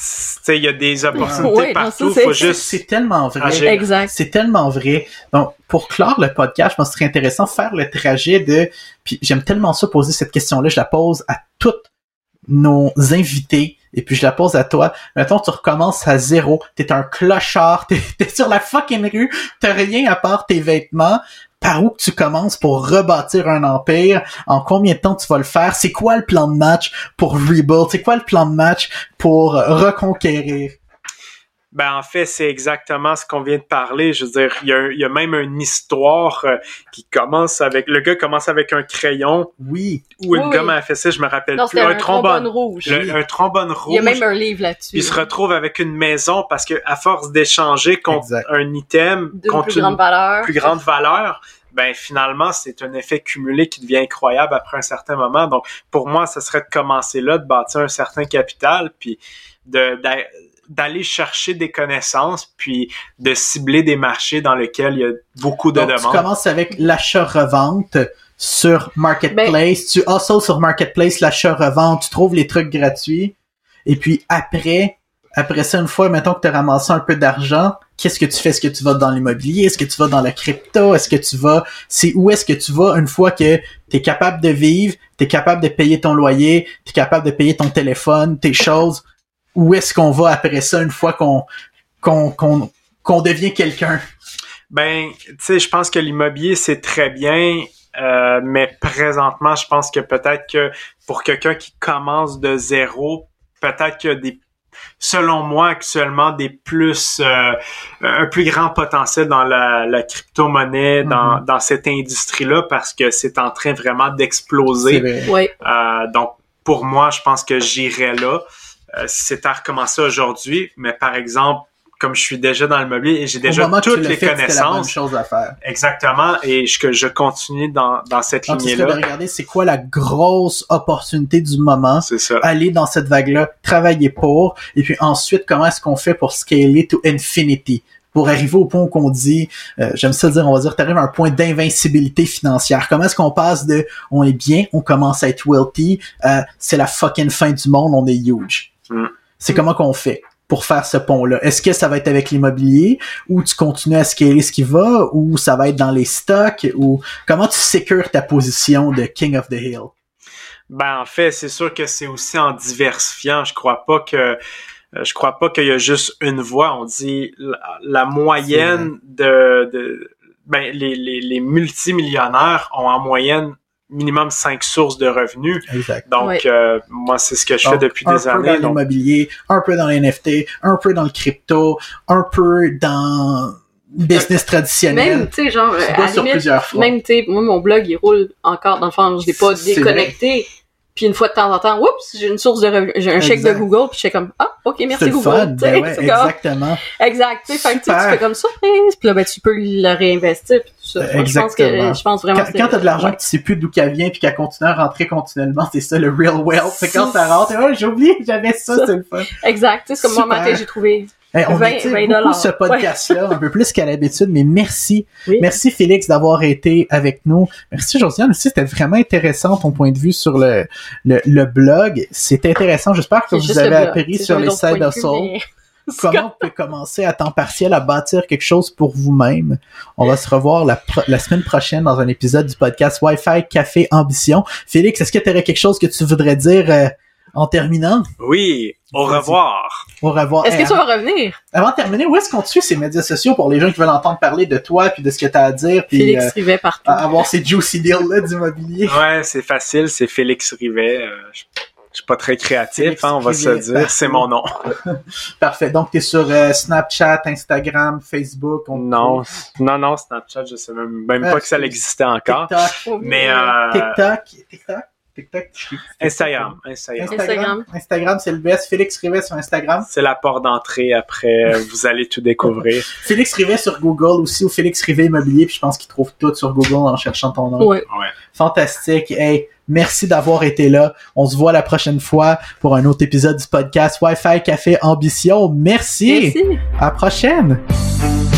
sais, il y a des opportunités partout. Faut juste... C'est tellement vrai. Exact. C'est tellement vrai. Donc, pour clore le podcast, je pense que ce serait intéressant de faire le trajet de... Puis j'aime tellement ça poser cette question-là. Je la pose à toutes nos invités. Et puis je la pose à toi. Mettons, tu recommences à zéro. T'es un clochard. T'es sur la fucking rue. T'as rien à part tes vêtements. Par où que tu commences pour rebâtir un empire? En combien de temps tu vas le faire? C'est quoi le plan de match pour rebuild? C'est quoi le plan de match pour reconquérir? Ben, en fait, c'est exactement ce qu'on vient de parler. Je veux dire, il y a même une histoire qui commence avec... Le gars commence avec un crayon. Oui. Ou une gomme à fessée, je me rappelle plus. Un trombone rouge. Un trombone rouge. Il y a même un livre là-dessus. Il se retrouve avec une maison parce que à force d'échanger contre un item, contre une plus grande valeur, ben finalement, c'est un effet cumulé qui devient incroyable après un certain moment. Donc, pour moi, ça serait de commencer là, de bâtir un certain capital, puis d'aller chercher des connaissances, puis de cibler des marchés dans lesquels il y a beaucoup de demandes. Tu commences avec l'achat-revente sur Marketplace, tu hustles sur Marketplace, l'achat-revente, tu trouves les trucs gratuits, et puis après ça, une fois, mettons que tu as ramassé un peu d'argent, qu'est-ce que tu fais? Est-ce que tu vas dans l'immobilier? Est-ce que tu vas dans la crypto? Où est-ce que tu vas une fois que tu es capable de vivre, tu es capable de payer ton loyer, tu es capable de payer ton téléphone, tes choses? Où est-ce qu'on va après ça une fois qu'on devient quelqu'un? Ben, tu sais, je pense que l'immobilier, c'est très bien, mais présentement, je pense que peut-être que pour quelqu'un qui commence de zéro, peut-être qu'il y a selon moi, actuellement, un plus grand potentiel dans la crypto-monnaie, dans cette industrie-là, parce que c'est en train vraiment d'exploser. Donc, pour moi, je pense que j'irais là. C'est à recommencer aujourd'hui, mais par exemple, comme je suis déjà dans le mobilier et j'ai déjà toutes les connaissances. C'était la bonne chose à faire. Exactement, et que je continue dans cette lignée-là. Tu serais de regarder c'est quoi la grosse opportunité du moment. C'est ça. Aller dans cette vague-là, travailler pour, et puis ensuite, comment est-ce qu'on fait pour scaler to infinity? Pour arriver au point qu'on dit, j'aime ça dire, on va dire, t'arrives à un point d'invincibilité financière. Comment est-ce qu'on passe de, on est bien, on commence à être wealthy, c'est la fucking fin du monde, on est huge. C'est comment qu'on fait pour faire ce pont-là? Est-ce que ça va être avec l'immobilier, ou tu continues à scaler ce qui va, ou ça va être dans les stocks, ou comment tu sécures ta position de King of the Hill? Ben, en fait, c'est sûr que c'est aussi en diversifiant. Je crois pas qu'il y a juste une voie. On dit la moyenne les multimillionnaires ont en moyenne minimum 5 sources de revenus. Exact. Donc, moi, c'est ce que je fais depuis des années. Un peu dans l'immobilier, un peu dans les NFT, un peu dans le crypto, un peu dans business traditionnel. Même, tu sais, genre, à sur limite, plusieurs fronts. même, tu sais, moi, mon blog, il roule encore. Dans le fond, je l'ai pas déconnecté. Puis une fois de temps en temps, oups, j'ai une source de revenus, j'ai un chèque de Google, puis je fais comme, ah, ok, merci Google. Fun. Ben ouais, exactement. Exact, tu sais, fait que tu fais comme surprise, puis là, ben, tu peux le réinvestir, puis tout ça. Exactement. Je pense vraiment quand t'as de l'argent que tu sais plus d'où qu'elle vient, puis qu'elle continue à rentrer continuellement, c'est ça, le real wealth. C'est quand ça rentre, oh, j'ai oublié, j'avais ça, c'est le fun. Exact, tu sais, c'est comme moi, matin, j'ai trouvé on 20 beaucoup ce podcast-là, un peu plus qu'à l'habitude, mais merci. Oui. Merci Félix d'avoir été avec nous. Merci Josiane aussi, c'était vraiment intéressant ton point de vue sur le blog. C'est intéressant, j'espère que vous avez appris sur les side hustles. Comment on peut commencer à temps partiel à bâtir quelque chose pour vous-même. On va se revoir la semaine prochaine dans un épisode du podcast Wi-Fi Café Ambition. Félix, est-ce que tu aurais quelque chose que tu voudrais dire en terminant? Oui, au revoir. Au revoir. Est-ce que tu vas revenir? Avant de terminer, où est-ce qu'on te suit ces médias sociaux pour les gens qui veulent entendre parler de toi puis de ce que tu as à dire? Puis, Félix Rivet partout. Avoir ces juicy deals-là d'immobilier. Ouais, c'est facile, c'est Félix Rivet. Je suis pas très créatif, on va se dire. Parfait. C'est mon nom. Parfait. Donc, t'es sur Snapchat, Instagram, Facebook? Non, Snapchat, je sais même pas que ça existait encore. TikTok. Mais TikTok, Instagram, c'est le best. Félix Rivet sur Instagram. C'est la porte d'entrée. Après, vous allez tout découvrir. Félix Rivet sur Google aussi, ou Félix Rivet Immobilier, puis je pense qu'il trouve tout sur Google en cherchant ton nom. Ouais. Fantastique. Hey, merci d'avoir été là. On se voit la prochaine fois pour un autre épisode du podcast Wi-Fi Café Ambition. Merci. À la prochaine.